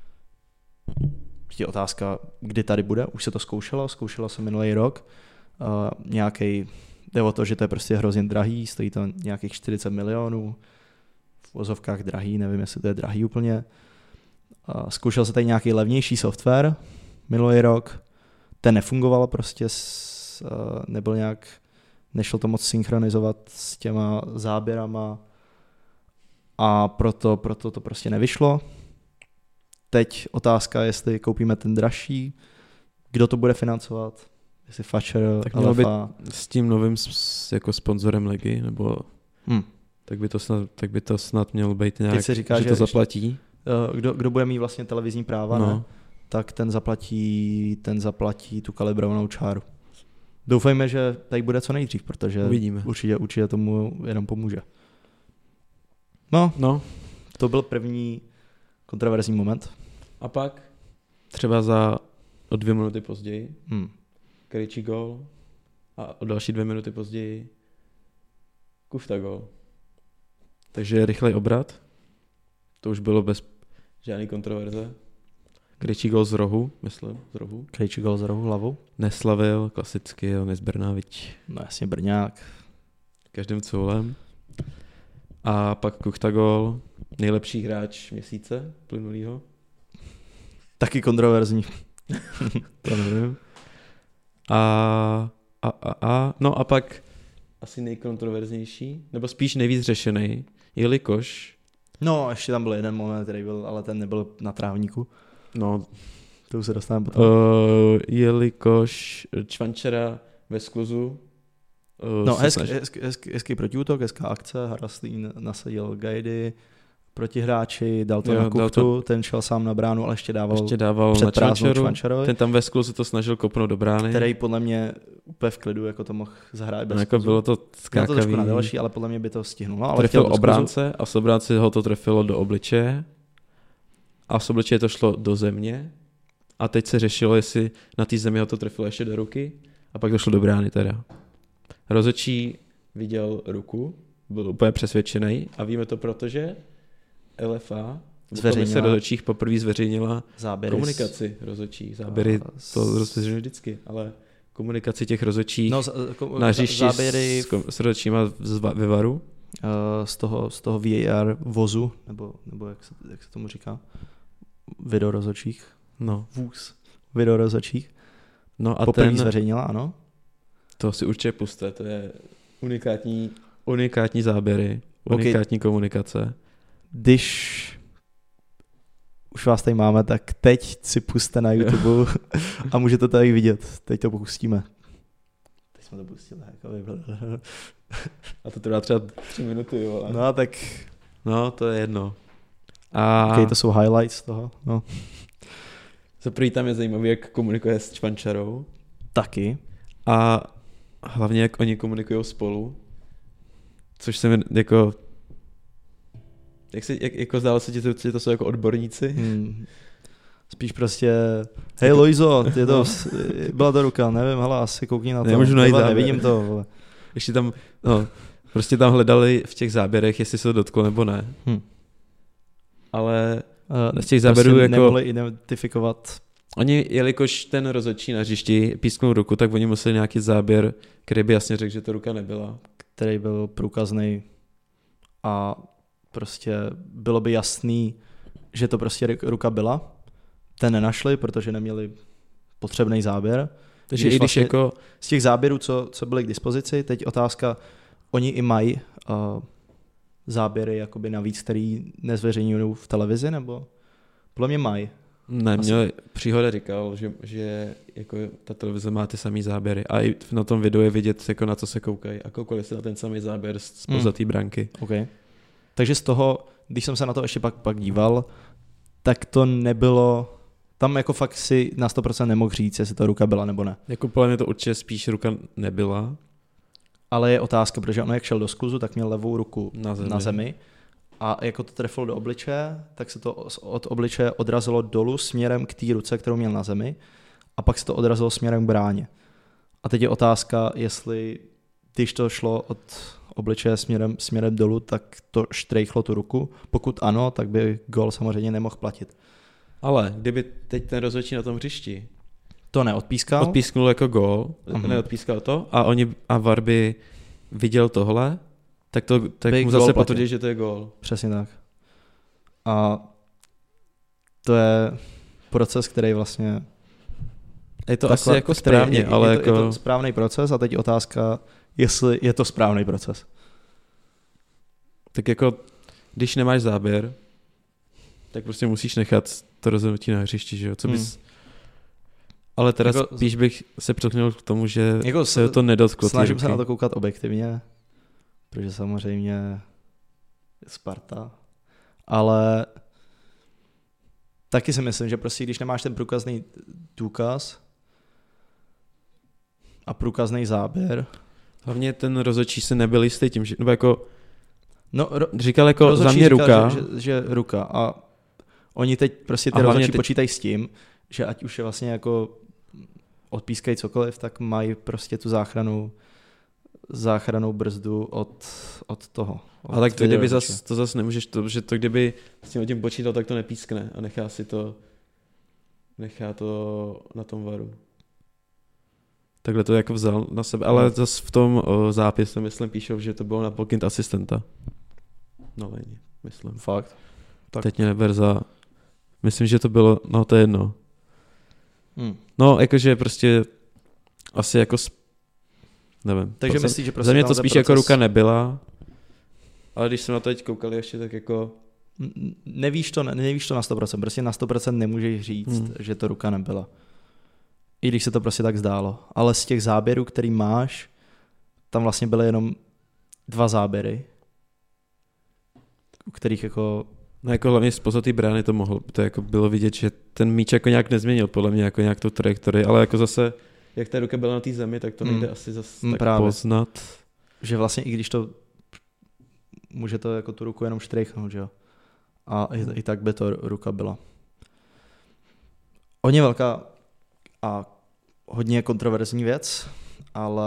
Je otázka, kdy tady bude. Už se to zkoušelo se minulý rok. Jde o to, že to je prostě hrozně drahý, stojí to nějakých 40 milionů. V vozovkách drahý, nevím, jestli to je drahý úplně. Zkoušel se tady nějaký levnější software minulý rok. Ten nefungoval prostě, nešlo to moc synchronizovat s těma záběrama a proto to prostě nevyšlo. Teď otázka, jestli koupíme ten dražší, kdo to bude financovat, jestli Fatcher, tak mělo být s tím novým jako sponzorem ligy, nebo tak by to snad mělo být nějak, se říká, že to zaplatí. Kdo bude mít vlastně televizní práva, ne? Tak ten zaplatí tu kalibrovanou čáru. Doufejme, že tady bude co nejdřív, protože určitě tomu jenom pomůže. No, to byl první kontroverzní moment. A pak třeba o 2 minuty později Krejčí gól a o další 2 minuty později Kufta gól. Takže rychlej obrat. To už bylo bez žádný kontroverze. Krejčí gól z rohu, myslím, z rohu. Krejčí gól z rohu hlavou. Neslavil, klasicky, on je z Brnávič. No jasně, Brňák. Každým coulem. A pak Kuchta gól, nejlepší hráč měsíce plynulýho. Taky kontroverzní. To nevím. No a pak asi nejkontroverznější, nebo spíš nejvíc řešený, jelikož... No, ještě tam byl jeden moment, který byl, ale ten nebyl na trávníku. No, to už se dostaneme potom. Jelikož Čvančara ve skluzu... hezký protiútok, hezká akce, Haraslín nasadil Gajdy proti hráči, dal to na Kuchtu, ten šel sám na bránu, ale ještě dával před prázdnou Čvančarovi. Ten tam ve skluzu to snažil kopnout do brány. Který podle mě úplně v klidu jako to mohl zahrát bez jako bylo to skákavý. Bylo to trošku na další, ale podle mě by to stihnul. No, ale trefil obránce a z obránce ho to trefilo do obličeje a z obličeje to šlo do země a teď se řešilo, jestli na té zemi ho to trefilo ještě do ruky a pak to šlo do brány teda. Rozhodčí viděl ruku, byl úplně přesvědčený a víme to proto, že LFA komise rozhodčích poprvé zveřejnila komunikaci rozhodčích. Záběry to rozhodčí vždycky, ale komunikaci těch rozhodčích na hřišti s rozhodčíma ve VARu. Z toho VAR vozu, nebo jak se tomu říká? Video rozhodčích. No. Vůz. Video rozhodčích. No a poprvé zveřejnila, ano. To si určitě puste, to je unikátní záběry, unikátní komunikace. Když už vás tady máme, tak teď si puste na YouTube a můžete tady vidět. Teď to pustíme. Teď jsme to pustili. A to trvá třeba 3 minuty, jo. No tak... No, to je jedno. To jsou highlights toho. No. Za první tam je zajímavý, jak komunikuje s Čvančarou. Taky. A hlavně, jak oni komunikují spolu. Což se mi jako... Jak zdálo se ti, že to jsou jako odborníci? Spíš prostě, hej Lojzo, byla to ruka, nevím, hele, asi koukni na to. Nemůžu najít nevidím to. Vole. Ještě tam, prostě tam hledali v těch záběrech, jestli se to dotklo nebo ne. Ale z těch záběrů prostě jako... nemohli identifikovat. Oni, jelikož ten rozhodčí na hřišti písknul ruku, tak oni museli nějaký záběr, který by jasně řekl, že to ruka nebyla. Který byl průkazný a prostě bylo by jasný, že to prostě ruka byla. Ten nenašli, protože neměli potřebný záběr. Takže i když jako... Z těch záběrů, co byly k dispozici, teď otázka, oni i mají záběry jakoby navíc, který nezveřejňují v televizi, nebo podle mě mají. Ne, mě Příhoda říkal, že jako ta televize má ty samý záběry a i na tom videu je vidět, jako na co se koukají a koukali se na ten samý záběr z pozadí branky. Okay. Takže z toho, když jsem se na to ještě pak díval, tak to nebylo, tam jako fakt si na 100% nemohl říct, jestli to ruka byla nebo ne. Jako podle mě to určitě spíš ruka nebyla. Ale je otázka, protože on jak šel do skluzu, tak měl levou ruku na zemi a jako to trefilo do obličeje, tak se to od obličeje odrazilo dolů směrem k té ruce, kterou měl na zemi a pak se to odrazilo směrem k bráně. A teď je otázka, jestli když to šlo od obličeje směrem dolů, tak to štrejchlo tu ruku. Pokud ano, tak by gól samozřejmě nemohl platit. Ale kdyby teď ten rozhodčí na tom hřišti to neodpískal. Odpísknul jako gól, neodpískal to a VAR by viděl tohle, tak mu zase potvrdí, že to je gól. Přesně tak. A to je proces, který vlastně... Je to asi jako správně, ale je to správný proces a teď je otázka, jestli je to správný proces. Tak jako, když nemáš záběr, tak prostě musíš nechat to rozhodnutí na hřišti, že jo? Co bys... Ale teda jako, spíš bych se překnul k tomu, že jako se to nedotklo. Snažím se na to koukat objektivně, protože samozřejmě je Sparta, ale taky si myslím, že prostě když nemáš ten průkazný důkaz a průkazný záběr. Hlavně ten rozhodčí se nebyl jistý tím, že, nebo jako říkal jako za mě ruka. Že ruka a oni teď prostě ty rozhodčí počítají s tím, že ať už je vlastně jako odpískají cokoliv, tak mají prostě tu záchrannou brzdu od toho. A tak to, kdyby to zase nemůžeš, že to kdyby s tím počítal, tak to nepískne a nechá to na tom VARu. Takhle to jako vzal na sebe, ale zase v tom zápisu, myslím, píšou, že to bylo na pokyn asistenta. No lejně, myslím. Fakt? Tak. Teď mě neber za... Myslím, že to bylo, no to je jedno. No, jakože prostě asi jako... Nevím. Takže myslíš, že prostě... Za mě to spíš proces... jako ruka nebyla, ale když jsem na to teď koukal ještě, tak jako... Nevíš to na 100%, prostě na 100% nemůžeš říct, že to ruka nebyla. I když se to prostě tak zdálo. Ale z těch záběrů, který máš, tam vlastně byly jenom 2 záběry, u kterých jako... No jako hlavně z pozadí brány to jako bylo vidět, že ten míč jako nějak nezměnil podle mě jako nějak tu trajektorii, ale jako zase, jak ta ruka byla na té zemi, tak to nejde asi zase tak právě poznat. Že vlastně i když to může to jako tu ruku jenom štrejchnout, že jo. A i tak by to ruka byla. Hodně velká a hodně kontroverzní věc, ale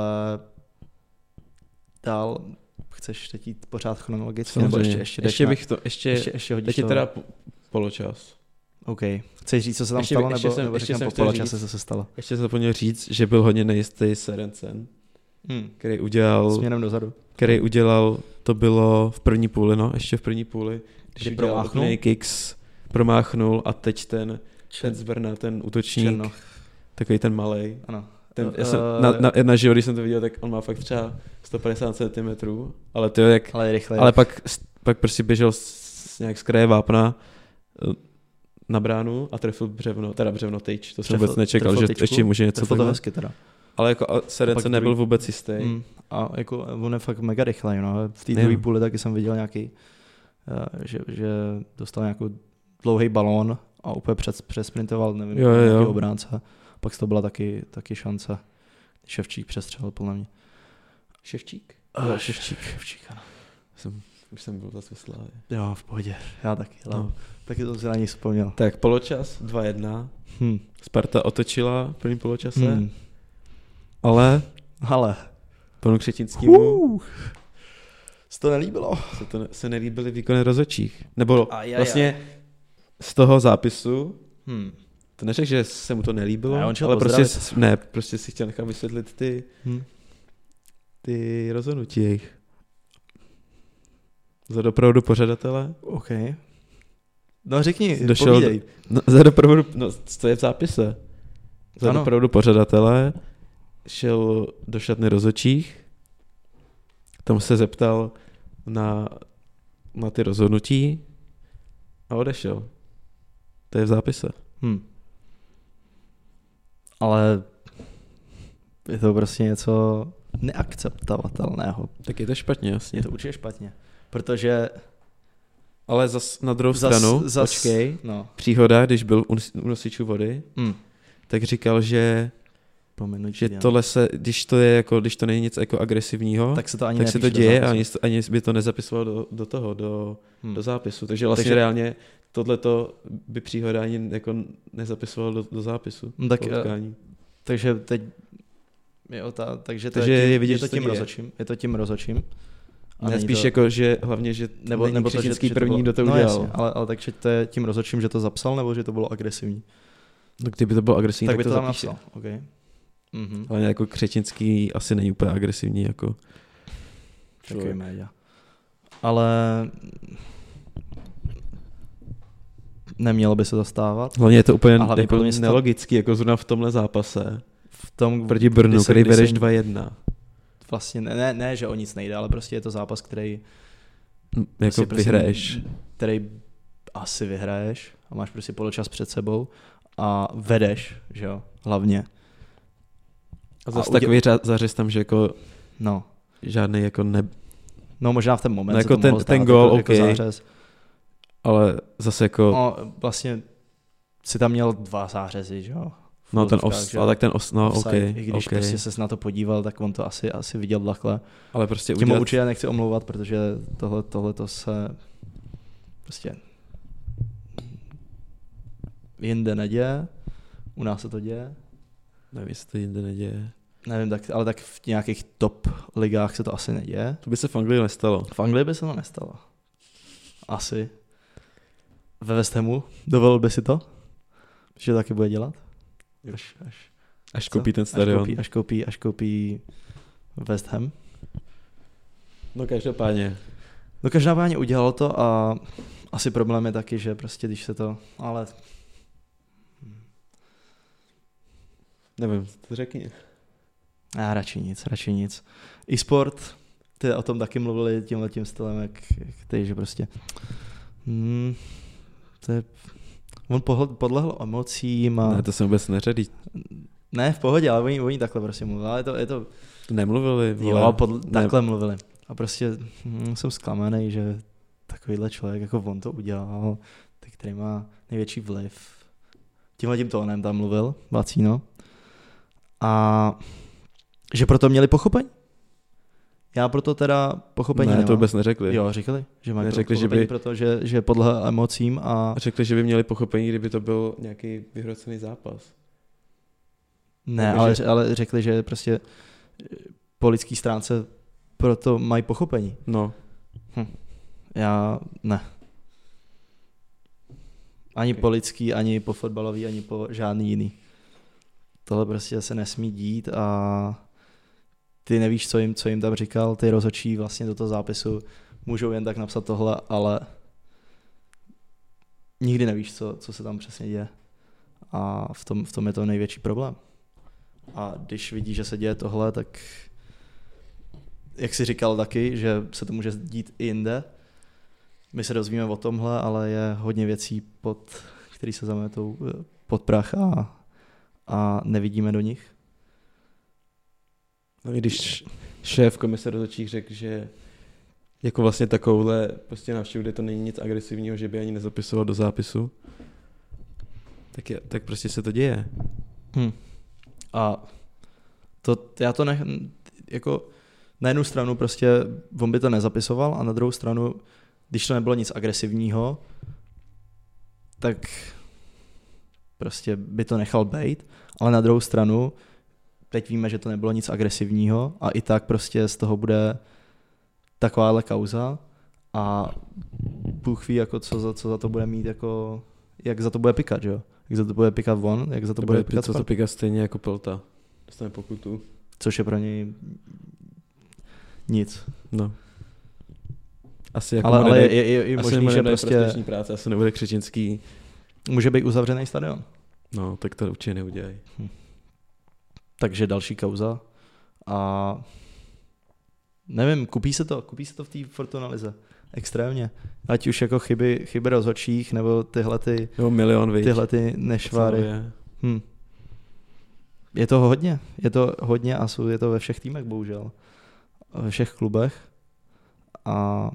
dál chceš teď jít pořád chronologicky, nebo ještě bych to, ještě hodíš to... teda poločas. OK. Chceš říct, co se tam stalo, nebo říkám po poločase, co se stalo? Ještě jsem zapomněl říct, že byl hodně nejistý Sørensen, který udělal... Směrem dozadu. Který udělal, to bylo v první půli, ještě v první půli, když udělal kicks, promáchnul a teď ten z Brna, ten útočník, takový ten malej. Ano. Na živo, když jsem to viděl, tak on má fakt třeba 150 cm, ale to je jak... Ale rychle. Ale pak prostě běžel nějak z kraje vápna na bránu a trefil břevno tyč. To jsem vůbec nečekal, že ještě může něco takhle. To hezky teda. Ale jako Sørensen nebyl vůbec jistý. A jako on je fakt mega rychlej, no. V té druhé půli taky jsem viděl nějaký, že dostal nějakou dlouhý balón a úplně přesprintoval, nevím, nějaký obránce. Pak to byla taky šance. Ševčík přestřelil podle mě. Ševčík, ano. Už jsem byl zase ve Slávě. Jo, v pohodě. Já taky. Taky jsem si na ní vzpomněl. Tak poločas 2-1. Sparta otočila v prvním poločase. Ale panu Křetinskému se to nelíbilo. Se nelíbily výkony rozhodčích. Nebo vlastně z toho zápisu to neřekl, že se mu to nelíbilo, ale prostě si chtěl nechat vysvětlit ty rozhodnutí jejich. Za doprovodu pořadatele. OK. No řekni, povídej. Za doprovodu, to je v zápise. Za doprovodu pořadatele šel do šatny rozhodčích, tam se zeptal na ty rozhodnutí a odešel. To je v zápise. Ale je to prostě něco neakceptovatelného. Tak je to špatně, jasně. Je to určitě špatně. Protože Ale zas na druhou stranu, počkej, no. Příhoda, když byl u nosičů vody, tak říkal, že tohle se, když to není nic jako agresivního, tak se to ani tak se to děje a ani by to nezapisoval do zápisu. Takže vlastně reálně tohleto by Příhoda ani jako nezapisoval do zápisu. Tak, takže teď takže je vidět, je to tím rozhodčím. Je to tím rozhodčím. Ne, spíš to, jako, že hlavně, že nebo Křetínský první, kdo to udělal. Jasně, ale takže to je tím rozhodčím, že to zapsal, nebo že to bylo agresivní? No, kdyby to bylo agresivní, tak by to tam napsal. Okay. Ale jako Křetínský asi není úplně agresivní jako člověk. Média. Ale nemělo by se to stávat. Hlavně je to úplně jako nelogický, jako zrovna v tomhle zápase. Proti Brnu, který vedeš 2-1. Vlastně ne, že o nic nejde, ale prostě je to zápas, který jako vyhraješ. Který asi vyhraješ a máš prostě poločas před sebou a vedeš, že jo, hlavně. A zase takový zařez tam, že jako no. Žádný jako no možná v ten moment no, jako ten gól, jako okay. zářez. Ale zase jako no, vlastně si tam měl 2 zářezy, že jo. No ten offside, i když prostě ses na to podíval, tak on to asi viděl takhle. Ale prostě tím určitě nechci omlouvat, protože tohle to se prostě jinde neděje, u nás se to děje. Nevím, jestli to jinde neděje. Nevím, ale tak v nějakých top ligách se to asi neděje. To by se v Anglii nestalo. V Anglii by se to nestalo. Asi. Ve West Hamu dovolil by si to? Že taky bude dělat? Až koupí ten stadion. Až koupí West Ham. No každopádně. No každopádně udělal to a asi problém je taky, že prostě když se to, ale nevím, to řekni. Radši nic. E-sport, ty o tom taky mluvili tímhletím stylem, jak ty, že prostě to je, on podlehl emocím a... Ne, to jsem vůbec neřekl. Ne, v pohodě, ale oni takhle prostě mluvili, ale je to... Nemluvili, vole. Jo, takhle mluvili. A prostě jsem zklamaný, že takovýhle člověk, jako on to udělal, který má největší vliv. Tímhletím tónem tam mluvil, Vacíno. A že proto měli pochopení? Já proto teda pochopení nemám. Ne, to vůbec neřekli. Jo, říkali, že mají pochopení, že by... protože že podlehl emocím a... Řekli, že by měli pochopení, kdyby to byl nějaký vyhrocený zápas. Ne, ale řekli, že prostě po lidský stránce proto mají pochopení. No. Já ne. Ani po lidský, ani po fotbalový, ani po žádný jiný. Tohle prostě se nesmí dít a ty nevíš, co jim tam říkal, ty rozhodčí vlastně do toho zápisu můžou jen tak napsat tohle, ale nikdy nevíš, co se tam přesně děje. A v tom je to největší problém. A když vidíš, že se děje tohle, tak jak jsi říkal taky, že se to může dít i jinde. My se dozvíme o tomhle, ale je hodně věcí, který se zametou pod prach a nevidíme do nich. No, když šéf komise rozhodčích řekl, že jako vlastně takovouhle prostě návštěvu, kde to není nic agresivního, že by ani nezapisoval do zápisu, tak prostě se to děje. A já to jako na jednu stranu prostě on by to nezapisoval a na druhou stranu, když to nebylo nic agresivního, tak prostě by to nechal bejt, ale na druhou stranu teď víme, že to nebylo nic agresivního a i tak prostě z toho bude takováhle kauza a Bůh ví, jako co za to bude mít, jako jak za to bude pikat, že jo? Jak za to bude pikat on, jak za to bude pikat. Co to pikat stejně jako Pelta. Dostane pokutu. Což je pro něj nic. No. Asi jako ale je možný, že prostě práce, asi nebude Křetínský. Může být uzavřený stadion. No, tak to určitě neudělají. Takže další kauza a nevím, kupí se to v té Fortuna lize. extrémně. Ať už jako chyby rozhodčích, nebo tyhle ty nešvary. Je to hodně a je to ve všech týmech, bohužel. Ve všech klubech. A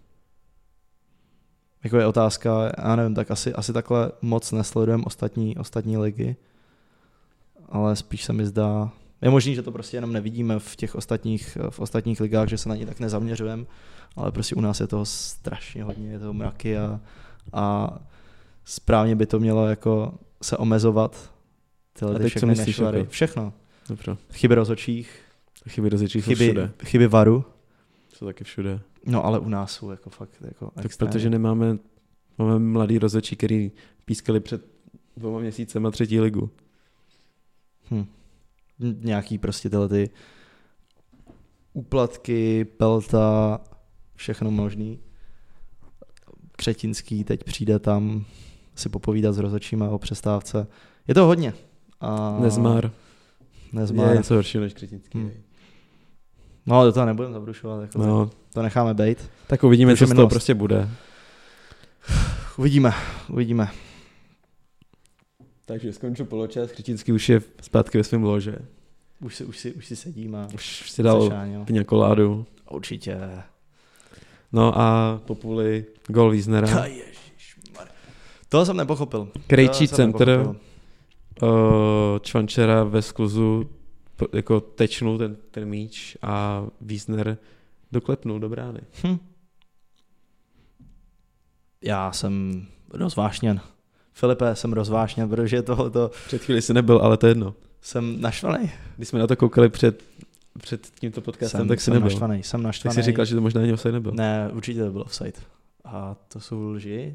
jako je otázka, já nevím, tak asi takhle moc nesledujeme ostatní ligy, ale spíš se mi zdá, je možný, že to prostě jenom nevidíme v těch ostatních ligách, že se na ně tak nezaměřujeme, ale prostě u nás je toho strašně hodně, je toho mraky a správně by to mělo jako se omezovat tyhle ty všechny nešvary. Jako? Všechno. Dobře. Chyby rozhodčích všude. Chyby VARu. Jsou taky všude. No ale u nás jsou jako fakt jako tak extrémně. Protože máme mladý rozhodčí, který pískali před 2 měsícema 3. ligu. Nějaký prostě tyhle ty úplatky, Pelta, všechno možný. Křetinský teď přijde tam si popovídat s rozhodčíma o přestávce. Je to hodně. A Nezmar. Je něco horšího než Křetinský. No, do toho nebudeme zabrušovat. Jako to necháme bejt. Tak uvidíme, co z toho prostě bude. Uvidíme. Takže skončil poločas, Křetinský už je zpátky ve svém lože. Už si sedím a už si dal piňakoládu. Určitě. No a po půli gól Wiesnera. Ježišmarja. Toho jsem nepochopil. Krejčí centr. Čvančera ve skluzu jako tečnul ten míč a Wiesner doklepnul do brány. Já jsem rozvášněn. Filipe, jsem rozvášněn, protože tohoto... Před chvíli jsi nebyl, ale to je jedno. Jsem naštvaný. Když jsme na to koukali před tímto podcastem, tak jsi nebyl. Jsem naštvaný. Tak jsi říkal, že to možná ani offside nebyl. Ne, určitě to byl offside. A to jsou lži.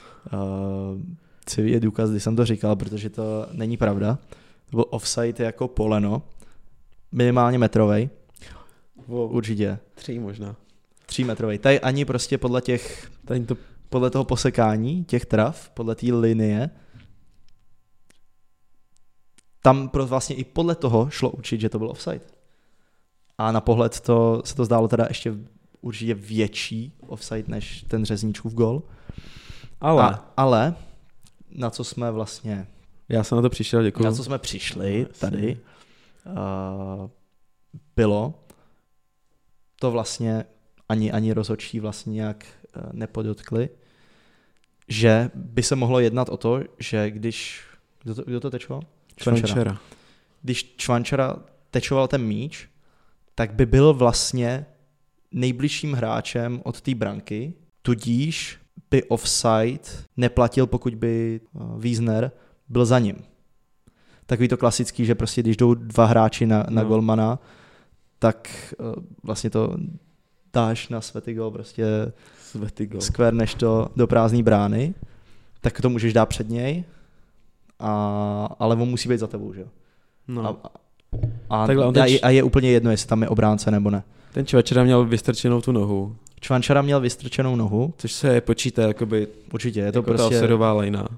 Chci vidět důkaz, když jsem to říkal, protože to není pravda. To byl offside jako poleno. Minimálně metrovej. Wow. Určitě. 3 možná. 3 metrovej. Tady ani prostě podle toho posekání těch traf, podle té linie, tam vlastně i podle toho šlo určit, že to byl offside. A na pohled se to zdálo teda ještě určitě větší offside než ten Řezníčkův gól. Ale na co jsme vlastně... Já jsem na to přišel, děkuji. Na co jsme přišli tady, bylo to vlastně ani rozhodčí vlastně nějak nepodotkli, že by se mohlo jednat o to, že když... Kdo to tečoval? Čvančera. Když Čvančera tečoval ten míč, tak by byl vlastně nejbližším hráčem od té branky, tudíž by offside neplatil, pokud by Wiesner byl za ním. Takový to klasický, že prostě když jdou 2 hráči na golmana, tak vlastně to dáš na svatý gol, prostě skverneš to do prázdné brány, tak to můžeš dát před něj, ale on musí být za tebou, že jo? No. A je úplně jedno, jestli tam je obránce nebo ne. Ten Čvančera měl vystrčenou tu nohu. Čvančera měl vystrčenou nohu. Což se počítá jakoby... Určitě, je to jako prostě... ta offsidová lajna.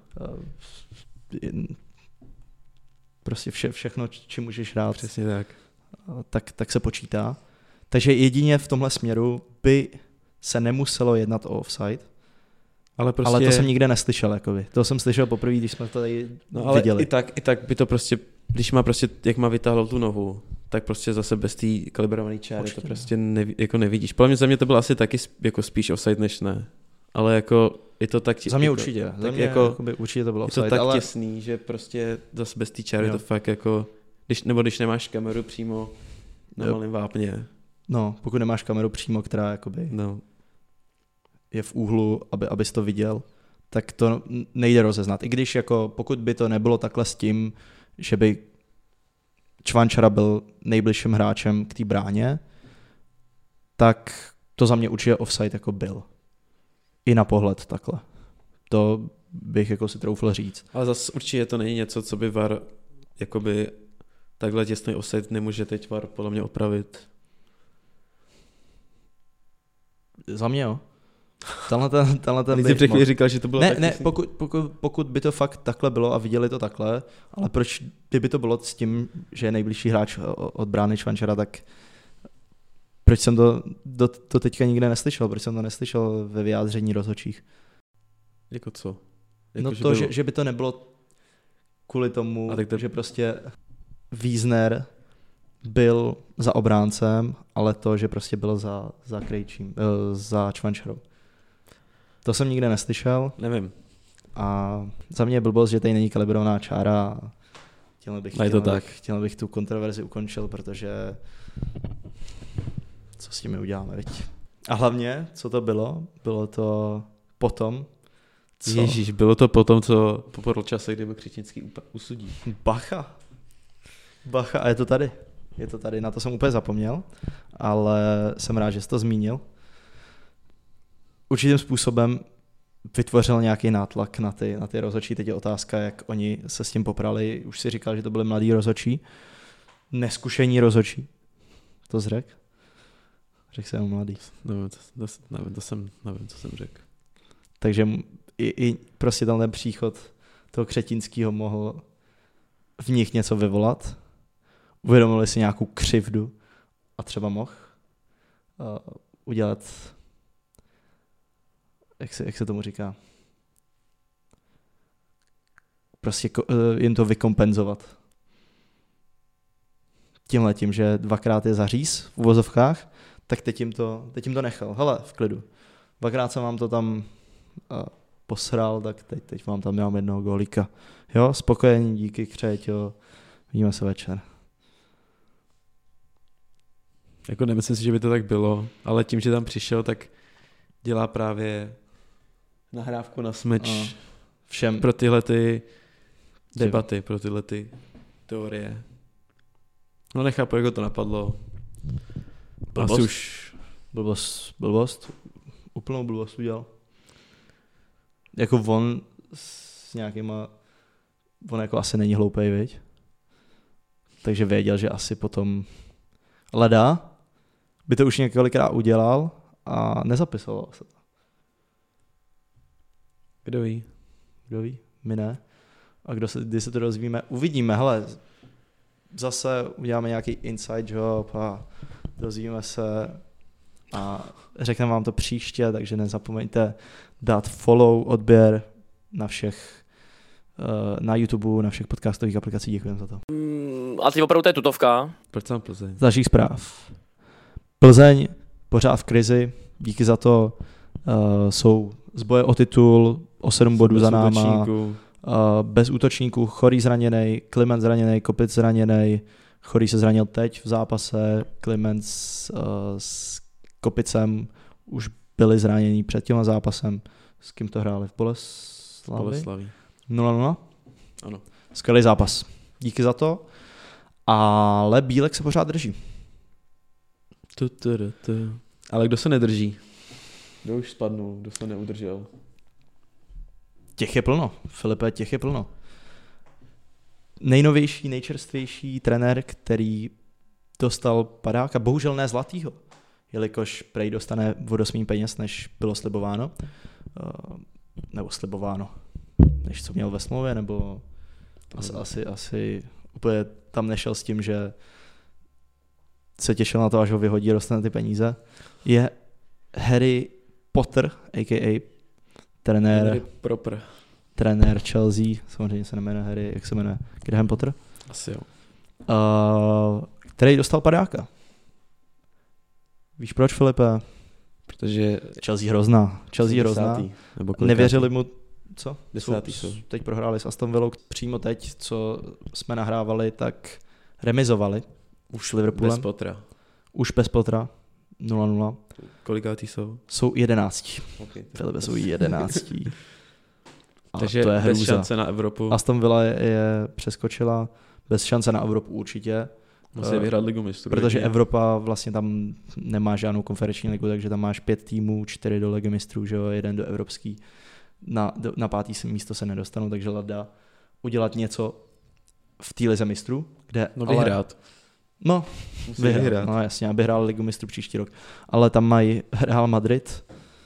Prostě všechno, čím můžeš hrát. Přesně tak. Tak se počítá. Takže jedině v tomhle směru by se nemuselo jednat o offside. Ale to jsem nikde neslyšel, jakoby. To jsem slyšel poprvé, když jsme to tady viděli. I tak by to prostě, když má prostě, jak má vytáhlou tu nohu, tak prostě zase bez té kalibrované čáry určitě. To prostě jako nevidíš. Podle mě za mě to bylo asi taky jako spíš offside než ne. Ale jako je to tak... Za mě určitě. Za mě jako, určitě to bylo offside. Je to tak těsný, že prostě zase bez té čáry jo. To fakt jako... Když nemáš kameru přímo na malém vápně. No, pokud nemáš kameru přímo, která jakoby je v úhlu, abys to viděl, tak to nejde rozeznat. I když jako pokud by to nebylo takhle s tím, že by Čvančara byl nejbližším hráčem k té bráně, tak to za mě určitě offside jako byl. I na pohled takhle. To bych jako si troufl říct. Ale zase určitě to není něco, co by VAR jakoby takhle těsný offside nemůže teď VAR podle mě opravit. Za mě jo. Tenhle ten jsi před chvíli říkal, že to bylo tak Ne, pokud by to fakt takhle bylo a viděli to takhle, ale proč, kdyby to bylo s tím, že je nejbližší hráč od brány Čvančara, tak proč jsem to teďka nikde neslyšel, proč jsem to neslyšel ve vyjádření rozhodčích. Jako co? No Jako, to, že by to nebylo kvůli tomu, že prostě Wiesner byl za obráncem, ale to, že prostě byl za Krejčím, za Čvančarou. To jsem nikde neslyšel. Nevím. A za mě je blbost, že tady není kalibrovaná čára. Chtěl bych tu kontroverzi ukončil, protože co s tím uděláme, viď? A hlavně, co to bylo? Bylo to potom, co? Ježíš, bylo to potom, co po poločase, kdy byl Křetínský usudí. Bacha, a je to tady. Na to jsem úplně zapomněl, ale jsem rád, že jsi to zmínil. Určitým způsobem vytvořil nějaký nátlak na ty rozhodčí. Teď je otázka, jak oni se s tím poprali. Už si říkal, že to byli mladí rozhodčí. Neskušení rozhodčí. To jsi řekl? Řekl jsem mladý. Nevím, co jsem řekl. Takže i prostě ten příchod toho Křetínského mohl v nich něco vyvolat. Uvědomili si nějakou křivdu a třeba mohl udělat, jak se tomu říká, prostě jim to vykompenzovat. Tímhletím, že dvakrát je zaříz v uvozovkách, tak teď jim to nechal. Hele, v klidu. Dvakrát jsem vám to tam posral, tak teď vám tam dám jednoho gólíka. Jo, spokojení, díky Křeťo, vidíme se večer. Jako nemyslím si, že by to tak bylo, ale tím, že tam přišel, tak dělá právě nahrávku na smeč všem pro tyhle ty debaty, pro tyhle ty teorie. No nechápu, jak ho to napadlo. Asi už blbost. Úplnou blbost udělal. Jako on s nějakýma, on jako asi není hloupej, viď? Takže věděl, že asi potom leda by to už několikrát udělal a nezapisoval se to. Kdo ví? My ne. A kdy se to dozvíme? Uvidíme, hele, zase uděláme nějaký inside job a dozvíme se a řekneme vám to příště, takže nezapomeňte dát follow, odběr na všech, na YouTube, na všech podcastových aplikacích. Děkujeme za to. A teď opravdu to je tutovka. Proč jsem Plzeň? Z dalších zpráv. Plzeň pořád v krizi, díky za to jsou z boje o titul, o 7 bodů za náma, bez útočníků, Chorý zraněnej, Kliment zraněnej, Kopic zraněnej, Chorý se zranil teď v zápase, Kliment s Kopicem už byli zranění před tím zápasem. S kým to hráli? V Boleslavi? 0-0? Ano. Skvělý zápas. Díky za to. Ale Bílek se pořád drží. Ale kdo se nedrží? Kdo už spadnul? Kdo se neudržel? Těch je plno. Filipe, těch je plno. Nejnovější, nejčerstvější trenér, který dostal padáka, bohužel ne zlatýho, jelikož prej dostane o dost méně peněz, než bylo slibováno. Nebo slibováno. Než co měl ve smlouvě, nebo asi úplně tam nešel s tím, že se těšil na to, až ho vyhodí a dostane ty peníze. Je Harry Potter, a.k.a. trenér Chelsea, samozřejmě se jmenuje Harry, jak se jmenuje? Graham Potter? Asi jo. Který dostal padáka. Víš proč, Filipe? Protože Chelsea hrozná. Nevěřili mu, co? 10. Teď prohráli s Aston Villou. Přímo teď, co jsme nahrávali, tak remizovali. Už s Liverpoolem. Bez Pottera. Už bez Pottera. 0-0. Kolikátý jsou? Jsou 11. Okay, Filipe, jsou 11. Takže to je bez šance na Evropu. Aston Villa je přeskočila. Bez šance na Evropu určitě. Musí vyhrát Ligu mistrů. Protože Evropa vlastně tam nemá žádnou konferenční ligu, takže tam máš 5 týmů, 4 do Ligy mistrů, že jo, 1 do evropský. Na 5. místo se nedostanou, takže Lada udělat něco v té Lize mistrů, kde... No vyhrát. No, vyhrát. No jasně, aby hrál Ligu mistrů příští rok. Ale tam mají Real Madrid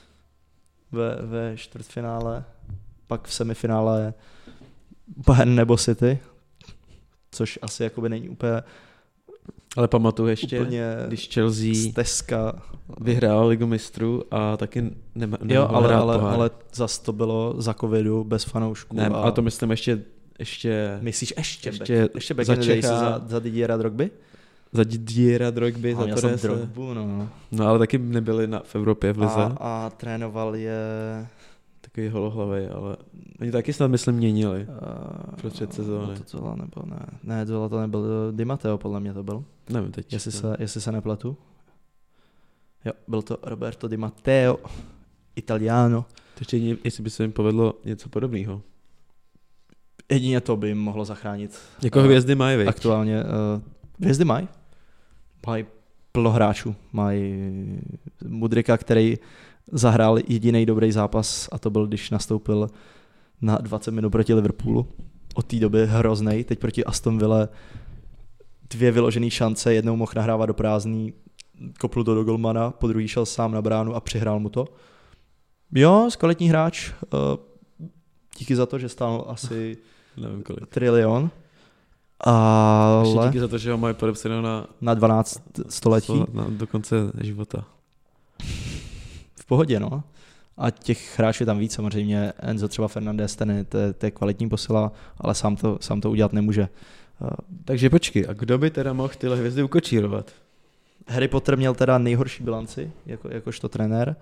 ve čtvrtfinále, pak v semifinále Bayern nebo City, což asi jakoby není úplně Ale pamatuju ještě, úplně když Chelsea stezka. vyhrál Ligu mistrů a taky Jo, nemohl ale zas to bylo za covidu, bez fanoušků. Ne, ale to myslím ještě myslíš ještě back za in the days Čecha. za Didiera Drogby? Za Didiera Drogby, za Měl jsem Torrese. Drogbu, no. No ale taky nebyli v Evropě v lize. A trénoval je... Takový holohlavej, ale oni taky snad myslím měnili prostřed sezóny. To nebo ne. Ne, to nebyl Di Matteo, podle mě to byl. Nevím teď. Jestli se nepletu. Jo, byl to Roberto Di Matteo, Italiano. Ještě jestli by se jim povedlo něco podobného. Jedině to by jim mohlo zachránit. Jako hvězdy mají, viď? Aktuálně hvězdy mají plno hráčů. Mají Mudryka, který zahrál jediný dobrý zápas a to byl, když nastoupil na 20 minut proti Liverpoolu. Od té doby hroznej. Teď proti Aston Ville 2 vyložené šance, jednou mohl nahrávat do prázdný, kopl to do golmana, po druhý šel sám na bránu a přihrál mu to. Jo, kvalitní hráč. Díky za to, že stál asi nevím kolik. trilion. Ještě Ale díky za to, že ho mají podepsanou na 12 století. do konce života. V pohodě, no. A těch hráčů je tam víc, samozřejmě Enzo třeba Fernandez, to je kvalitní posila, ale sám to udělat nemůže. Takže počkej, a kdo by teda mohl tyhle hvězdy ukočírovat? Harry Potter měl teda nejhorší bilanci, jakožto trenér.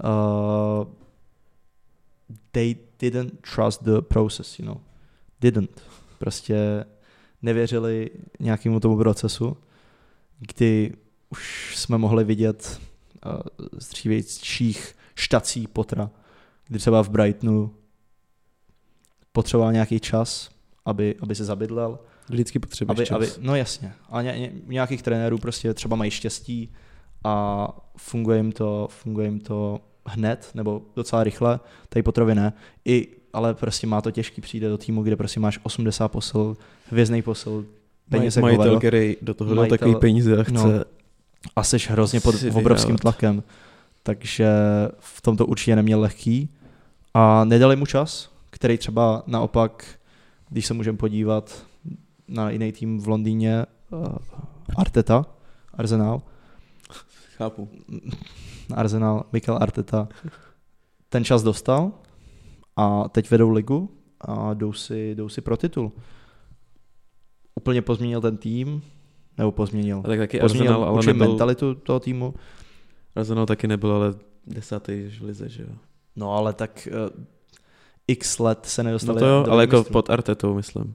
They didn't trust the process, you know. Didn't. Prostě nevěřili nějakému tomu procesu, kdy už jsme mohli vidět z dřívějších štací Pottera, kdy třeba v Brightonu potřeboval nějaký čas, aby se zabydlel. Vždycky potřebuješ čas. No jasně. A nějakých trenérů prostě třeba mají štěstí a funguje jim to hned nebo docela rychle, tady Potterovi ne. Ale prostě má to těžký, přijde do týmu, kde prostě máš 80 posil, hvězdnej posil, peníze majitel, který do toho dal takový peníze a chce... A seš hrozně pod obrovským tlakem. Takže v tomto určitě neměl lehký. A nedali mu čas, který třeba naopak, když se můžeme podívat na jiný tým v Londýně, Arteta, Arsenal. Chápu. Arsenal, Mikel Arteta, ten čas dostal a teď vedou ligu a jdou si pro titul. Úplně pozměnil ten tým, nebo pozměnil. A tak taky Arsenal, ale nebyl... mentalitu toho týmu. Arsenal taky nebyl, ale 10. v lize, že jo. No ale tak x let se nedostali. No to jo, ale jako pod Artetou, myslím.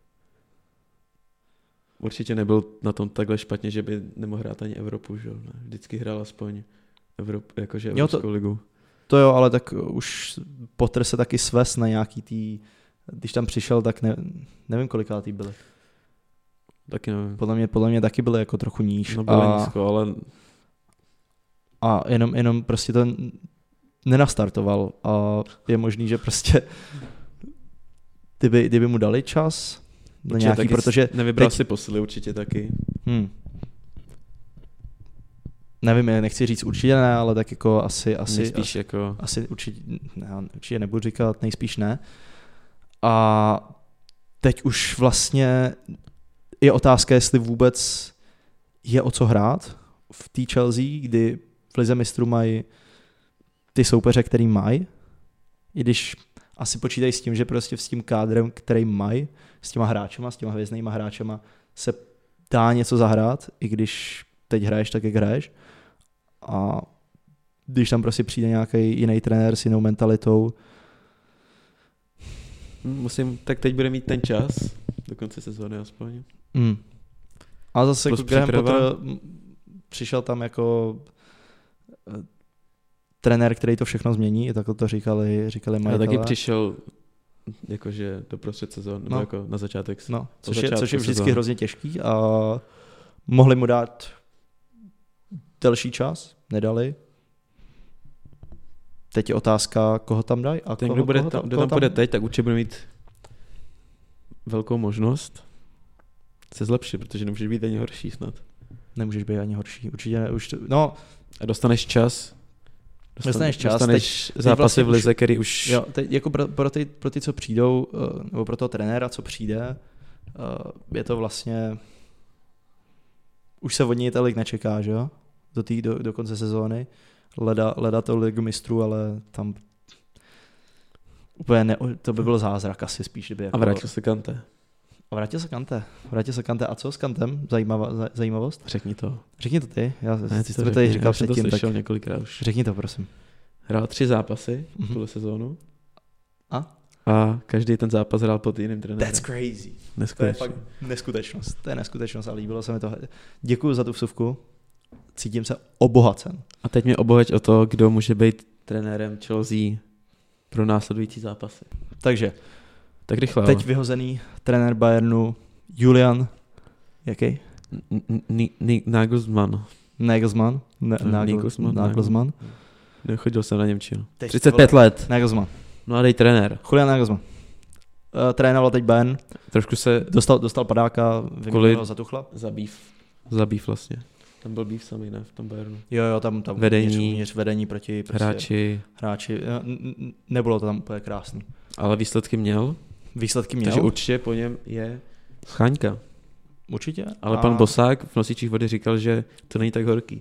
Určitě nebyl na tom takhle špatně, že by nemohl hrát ani Evropu, že jo. Vždycky hrál aspoň Evropskou ligu. To jo, ale tak už Potter se taky svez na nějaký když tam přišel, tak nevím kolikátý byly. Taky nevím. Podle mě taky byly jako trochu níž. No byly nízko, ale... A jenom prostě to nenastartoval a je možný, že prostě kdyby mu dali čas na nějaký, protože... Nevybral si posily určitě taky. Nevím, nechci říct určitě ne, ale tak jako asi určitě nebudu říkat, nejspíš ne. A teď už vlastně je otázka, jestli vůbec je o co hrát v té Chelsea, kdy v lize mistrů mají ty soupeře, který mají, i když asi počítají s tím, že prostě s tím kádrem, který mají, s těma hráčema, s těma hvězdnýma hráčema se dá něco zahrát, i když teď hraješ tak, jak hraješ. A když tam prostě přijde nějaký jiný trenér s jinou mentalitou. Tak teď bude mít ten čas, do konce sezóny aspoň. A zase jako Graham Potter přišel tam jako trenér, který to všechno změní, tak to říkali majitelé. A taky přišel jakože do prostřed sezóny, nebo jako na začátek. No, což je vždycky sezóny. Hrozně těžký a mohli mu dát delší čas, nedali. Teď je otázka, koho tam dají. A ten, kdo tam půjde teď, tak určitě bude mít velkou možnost se zlepšit, protože nemůžeš být ani horší snad. Nemůžeš být ani horší, určitě ne. A dostaneš čas. Dostaneš zápasy vlastně v lize, který už... Jo, teď jako pro ty, co přijdou, nebo pro toho trenéra, co přijde, je to vlastně už se od něj tolik nečeká, že jo? Do konce sezóny. Leda to Ligu mistrů, ale tam úplně to by byl zázrak asi spíš. Kdyby jako... A vrátil se Kanté. Vrátil se Kanté. A co s Kantem? Zajímavost? Řekni to. Řekni to ty. Ty jsi to mi tady říkal já jsem předtím. to slyšel Tak několikrát už. řekni to, prosím. Hrál 3 zápasy tuhle sezónu. A každý ten zápas hrál pod jiným trenérem. That's crazy. To je Neskutečně. fakt neskutečnost. To je neskutečnost a líbilo se mi to. Děkuji za tu vsuvku. Cítím se obohacen. A teď mě obohač o to, kdo může být trenérem Chelsea pro následující zápasy. Takže Tak rychle. teď vyhozený trenér Bayernu Julian, jaký? Nagelsmann. Nagelsmann. Nagelsmann. Nechodil jsem na němčinu. Teď 35 let. Nagelsmann. Mladý trenér. Julian Nagelsmann. Trénoval teď Bayern. Trošku se Dostal padáka, vyměnil ho za Tuchla. zabýv vlastně. Tam byl býv samý, ne? V tom Bayernu. Jo, tam uvnitř vedení proti Hráči. Nebylo to tam úplně krásný. Ale výsledky měl. Takže určitě po něm je scháňka. Určitě. Ale pan Bosák v Nosičích vody říkal, že to není tak horký.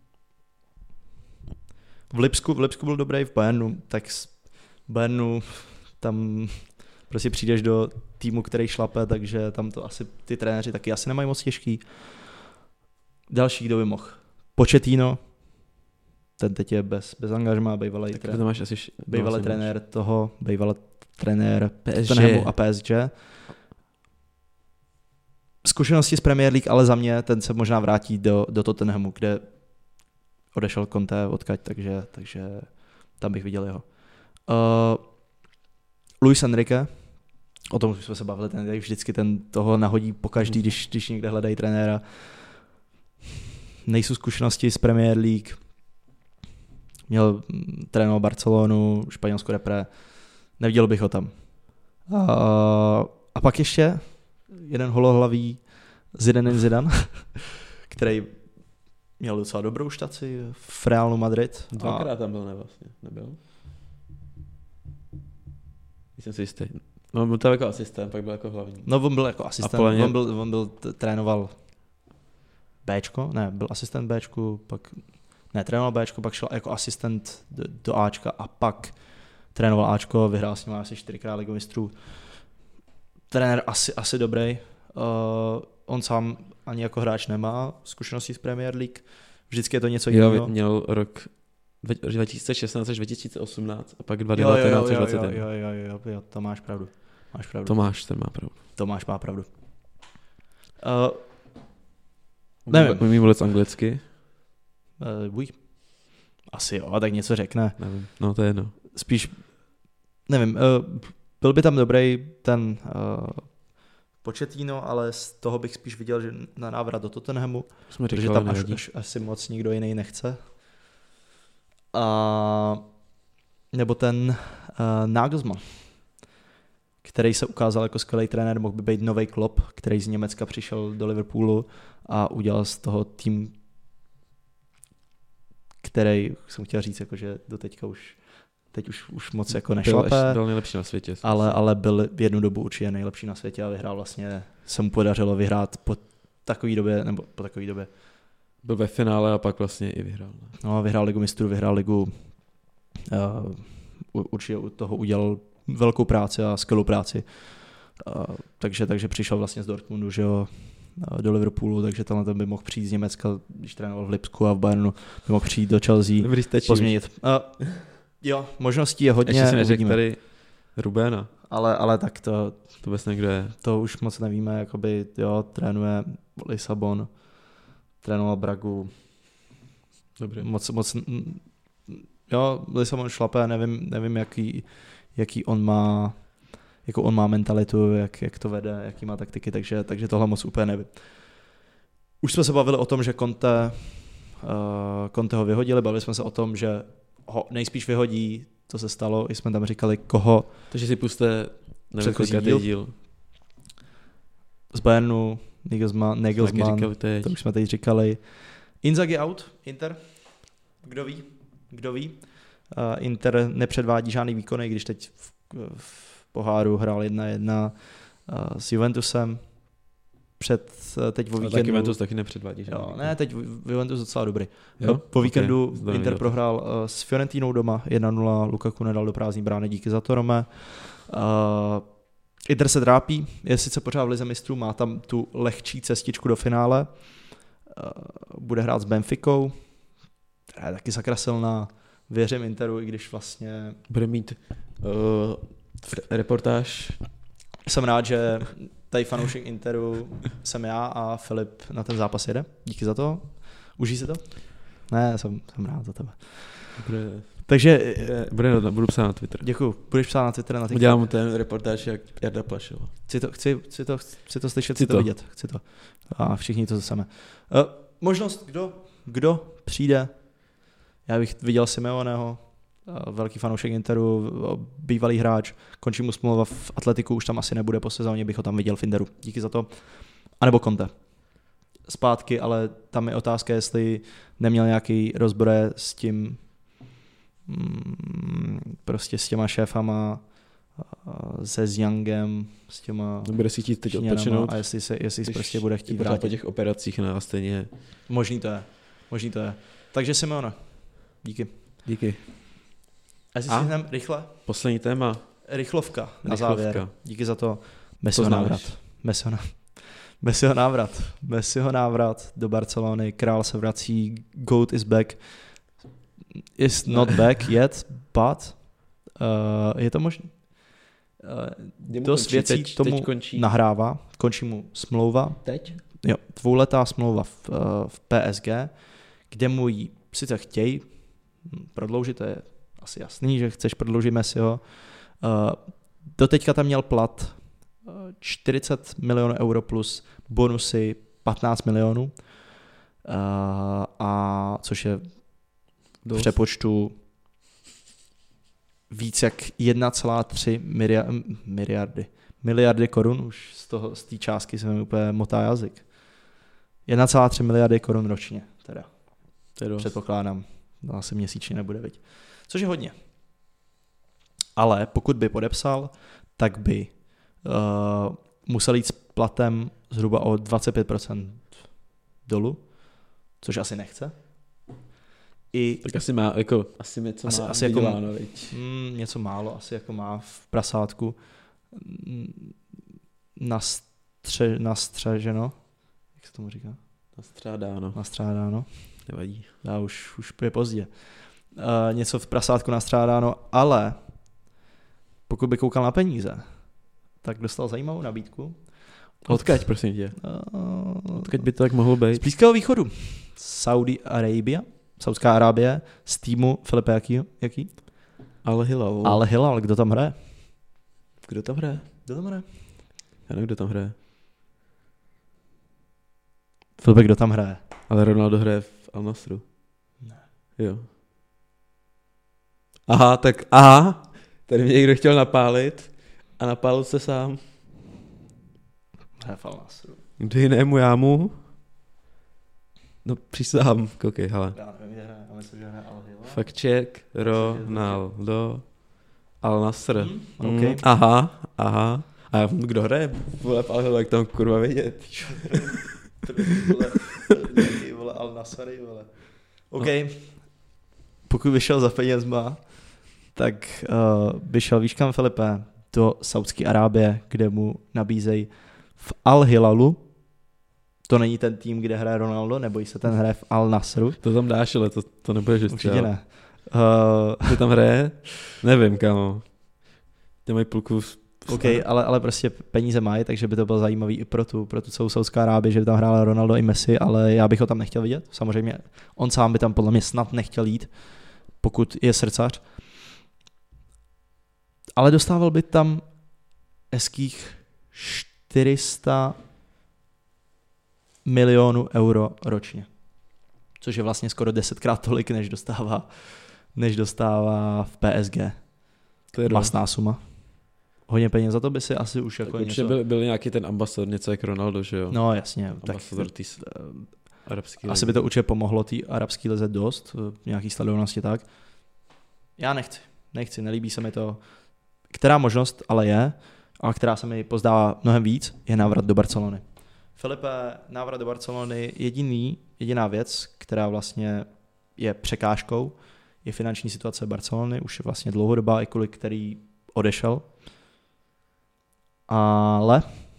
V Lipsku byl dobrý, v Bayernu, tak z Bayernu tam prostě přijdeš do týmu, který šlape, takže tam to asi ty trenéři taky asi nemají moc těžký. Další, kdo by mohl? Pochettino, ten teď je bez angažmá, bývalý trenér PSG Tottenhamu a PSG. Zkušenosti z Premier League, ale za mě ten se možná vrátí do Tottenhamu, kde odešel Conte odkaď, takže tam bych viděl jeho. Luis Enrique, o tom jsme se bavili, ten vždycky toho nahodí pokaždý, když někde hledají trenéra. Nejsou zkušenosti z Premier League, trénoval Barcelonu, španělskou repre, neviděl bych ho tam. A pak ještě jeden holohlavý Zidane, který měl docela dobrou štaci v Realu Madrid. Dvakrát tam byl, nebyl? Jsem si jistý. No, byl tam jako asistent, pak byl jako hlavní. No, on byl jako asistent, on byl trénoval Bčko, ne, byl asistent Bčku, trénoval Bčko, pak šel jako asistent do Ačka a pak trénoval Ačko, vyhrál s ním asi 4krát Ligu mistrů. Trenér asi dobrý. On sám ani jako hráč nemá zkušenosti z Premier League. Vždycky je to něco jiného. Měl rok 2016 až 2018 a pak 2019 až 2021. Jo, to máš pravdu. Tomáš, ten má pravdu. Tomáš má pravdu. Umím mluvit anglicky? Asi jo, tak něco řekne. Nevím, no to je jedno. Spíš, nevím, byl by tam dobrý ten Pochettino, ale z toho bych spíš viděl, že na návrat do Tottenhamu, protože tam asi moc nikdo jiný nechce. Nebo ten Nagelsmann, který se ukázal jako skvělý trenér, mohl by být nový Klopp, který z Německa přišel do Liverpoolu a udělal z toho tým, který jsem chtěl říct, jako, že do teďka teď už moc jako nešlape. Byl nejlepší na světě. Ale byl v jednu dobu určitě nejlepší na světě a vyhrál vlastně, se mu podařilo vyhrát po takové době. Byl ve finále a pak vlastně i vyhrál. No, vyhrál Ligu mistrů, vyhrál ligu. Určitě u toho udělal velkou práci a skvělou práci. Takže přišel vlastně z Dortmundu, že jo, do Liverpoolu, takže tenhle by mohl přijít z Německa, když trénoval v Lipsku a v Bayernu, by mohl přijít do Chelsea, pozměnit. Jo, možností je hodně. Ještě si neřekl tady Rubéna. Ale tak to vůbec někdo je. To už moc nevíme, jakoby, jo, trénuje Lisabon, trénoval Bragu. Dobře. Moc, jo, Lisabon šlape, nevím jaký on má, jakou on má mentalitu, jak to vede, jaký má taktiky, takže tohle moc úplně nevím. Už jsme se bavili o tom, že Conte ho vyhodili, bavili jsme se o tom, že ho nejspíš vyhodí, to se stalo, jsme tam říkali koho. Takže si puste předchozí díl. Z Bayernu, Nagelsmann, to už jsme teď říkali. Inzaghi out, Inter, kdo ví. Inter nepředvádí žádný výkony, když teď v poháru hrál 1-1 s Juventusem. teď o Ale víkendu... taky Juventus taky nepředvádí. Že? Jo, ne, teď v Juventus docela dobrý. Jo? Po víkendu Okay. Inter prohrál s Fiorentinou doma 1-0, Lukaku nedal do prázdný brány, díky za to, Rome. Inter se trápí, je sice pořád v lize mistrů, má tam tu lehčí cestičku do finále, bude hrát s Benficou, která je taky sakra silná, věřím Interu, i když vlastně... Bude mít reportáž. Jsem rád, že tady fanoušek Interu jsem já a Filip na ten zápas jede, díky za to, užij si to? Ne, jsem rád za tebe. Takže... Budu psát na Twitter. Děkuju, budeš psát na Twitter, na TikTok. Udělám mu ten reportáž, jak Jarda Plašova. Chci to slyšet, chci to vidět. Chci to. A všichni to samé. Možnost, kdo přijde. Já bych viděl Simeoneho, velký fanoušek Interu, bývalý hráč, končí mu smlouva v Atletiku, už tam asi nebude po sezóně, bych ho tam viděl v Interu. Díky za to. A nebo Conte. Zpátky, ale tam je otázka, jestli neměl nějaký rozbroje s tím prostě s těma šéfama, se Youngem, s těma... Bude si chtít teď odpočinout. A jestli se prostě bude chtít vrátit. Po těch operacích na stejně. Možný to je. Takže Simeone, díky. A jestli si hneme rychle? Poslední téma. Rychlovka na závěr. Díky za to. Messiho návrat do Barcelony. Král se vrací. GOAT is back. Is not back yet, but je to možné. Dost věcí tomu nahrává. Končí mu smlouva. Teď? Jo, 2letá smlouva v PSG, kde mu ji sice chtějí prodloužit, to je asi jasný, že chceš prodloužit Messiho. Doteďka tam měl plat 40 milionů euro plus bonusy 15 milionů, a což je v přepočtu víc jak 1,3 miliardy korun, už z té částky se mi úplně motá jazyk. 1,3 miliardy korun ročně, teda. Předpokládám, no asi měsíčně nebude, viď. Což je hodně. Ale pokud by podepsal, tak by musel jít s platem zhruba o 25% dolů, což asi nechce. Tak asi má, jako, asi něco má asi jako, něco málo, asi jako má v prasátku nastřeženo. Jak se tomu říká? Nastřádáno. Nevadí. Já už je pozdě. Něco v prasátku nastřádáno, ale pokud by koukal na peníze, tak dostal zajímavou nabídku. Odkaď, prosím tě? Odkaď by to tak mohlo být? Z Blízkého východu. Saudská Arábie, z týmu Filipe jaký? Al Hilal. Al Hilal, kdo tam hraje? Já nevím, kdo tam hraje. Filipe, kdo tam hraje? Ale Ronaldo hraje v Al Nasru. Ne. Jo. Tady mě někdo chtěl napálit a napálil se sám. Hraje v Al Nasru. Kdo jinému jámu? No přísahám, koukej, hele. Já nevím, kde hraje, ale co, že hraje Al Hilal? Fact check, Ronaldo, Al Nasr. Okay. Aha. A kdo hraje? Vole, v Al Hilal, jak tam kurva vidět. Vole, Al Nasr, vole. OK. Pokud by šel za penězma, tak by šel, víš kam, Filipe, do Saudské Arábie, kde mu nabízejí v Al Hilalu. To není ten tým, kde hraje Ronaldo, neboj se, ten hraje v Al Nasru. To tam dáš, ale to nebudeš vystřelovat. Určitě ne. Kdo tam hraje? Nevím, kámo. Ty mají půlku... OK, ale prostě peníze mají, takže by to bylo zajímavý i pro tu celou Saudskou Arábii, že by tam hrál Ronaldo i Messi, ale já bych ho tam nechtěl vidět. Samozřejmě on sám by tam podle mě snad nechtěl jít, pokud je srdcař. Ale dostával by tam hezkých 400 milionů euro ročně. Což je vlastně skoro 10krát tolik, než dostává v PSG. To je masná suma. Hodně peněz, za to by si asi už jako něco... Byl nějaký ten ambasador, něco jak Ronaldo, že jo? No jasně. Ambasador té arabské ligy. Asi by to určitě pomohlo té arabské lize dost, nějaký sledovanosti tak. Já nechci, nelíbí se mi to. Která možnost ale je, a která se mi pozdává mnohem víc, je návrat do Barcelony. Filipe, návrat do Barcelony, jediná věc, která vlastně je překážkou, je finanční situace Barcelony, už je vlastně dlouhodobá, i kvůli který odešel. Ale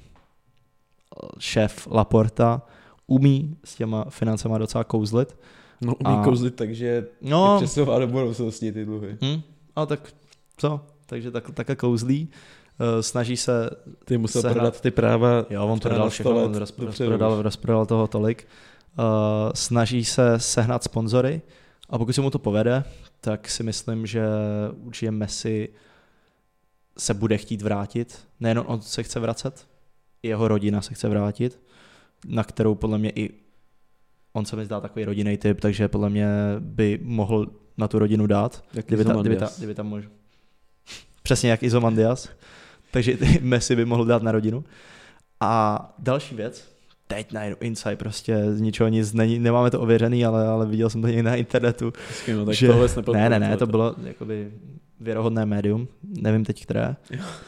šéf Laporta umí s těma financema docela kouzlit. No umí kouzlit, takže je přesouvá do budoucnosti ty dluhy. Ale tak co? Takže takhle kouzlí. Snaží se... Ty musel prodat ty práva. Jo, on prodal všechno, on rozprodal toho tolik. Snaží se sehnat sponzory a pokud se mu to povede, tak si myslím, že určitě Messi se bude chtít vrátit. Nejenom on se chce vracet, i jeho rodina se chce vrátit, na kterou podle mě i on se mi zdá takový rodinný typ, takže podle mě by mohl na tu rodinu dát. Kdyby tam mohl. Přesně jak Izomandias. Takže Messi by mohl dát na rodinu. A další věc, teď najednou insight, prostě z ničeho nic, nemáme to ověřený, ale viděl jsem to někde na internetu. No, tak že, ne, to bylo jakoby věrohodné médium, nevím teď které,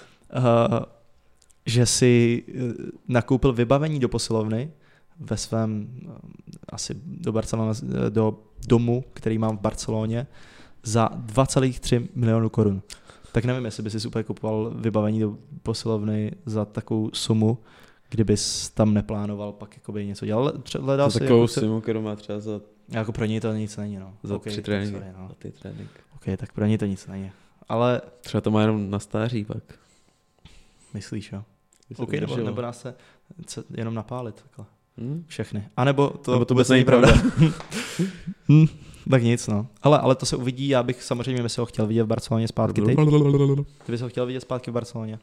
že si nakoupil vybavení do posilovny ve svém asi do domu, který mám v Barceloně, za 2,3 milionu korun. Tak nevím, jestli by si úplně kupoval vybavení do posilovny za takovou sumu, kdybys tam neplánoval pak jakoby něco dělat. Za takovou sumu, kterou má třeba za... Jako pro něj to nic není, no. Za okay, 3 tréninky. No. Za ty trénink. Ok, tak pro něj to nic není. Ale... Třeba to má jenom na stáří pak. Myslíš, jo? Ok, nebo nás se jenom napálit takhle. Všechny. A nebo to vůbec není pravda. Tak nic, no. Ale to se uvidí, já bych samozřejmě Messiho chtěl vidět v Barceloně zpátky. Ty bys ho chtěl vidět zpátky v Barceloně?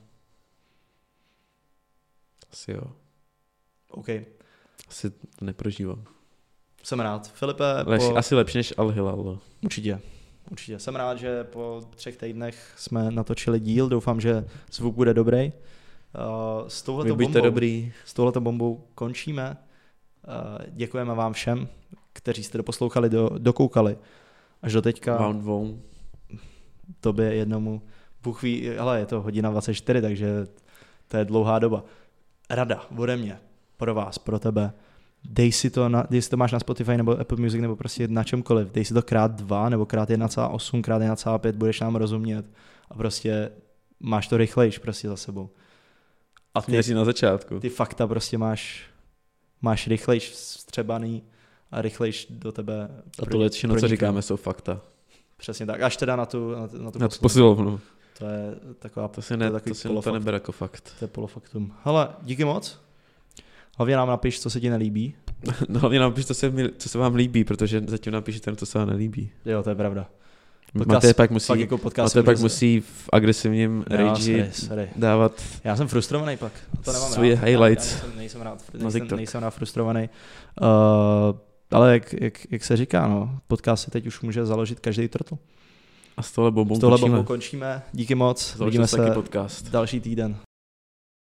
Asi jo. OK. Asi to neprožívám. Jsem rád. Filipe... Asi lepší než Al Hilal. Určitě. Jsem rád, že po 3 týdnech jsme natočili díl. Doufám, že zvuk bude dobrý. S touhletou bombou končíme. Děkujeme vám všem, kteří jste doposlouchali, dokoukali až do teďka. Tobě jednomu, Bůh ví, ale je to 1:24, takže to je dlouhá doba. Rada ode mě, pro vás, pro tebe. Dej si to máš na Spotify nebo Apple Music nebo prostě na čemkoliv. Dej si to krát 2 nebo krát 1,8, krát 1,5, budeš nám rozumět a prostě máš to rychlejš prostě za sebou. A ty na začátku. Ty fakta prostě máš rychlejš vstřebaný a rychlejš do tebe. A to většinou, co říkáme, jsou fakta. Přesně tak, až teda na tu posilovnu. To je taková... To nebere jako fakt. To je polofaktum. Hele, díky moc. Hlavně nám napiš, co se ti nelíbí. No, hlavně nám napiš, co se vám líbí, protože zatím napíšete, co se vám nelíbí. Jo, to je pravda. Matej pak musí v agresivním rage dávat. Já jsem frustrovaný pak. To nemám svoje rád. highlights. Já nejsem rád frustrovaný. Ale jak se říká, no, podcast si teď už může založit každý turtle. A s tohle bombou končíme. Díky moc. Vidíme se další týden.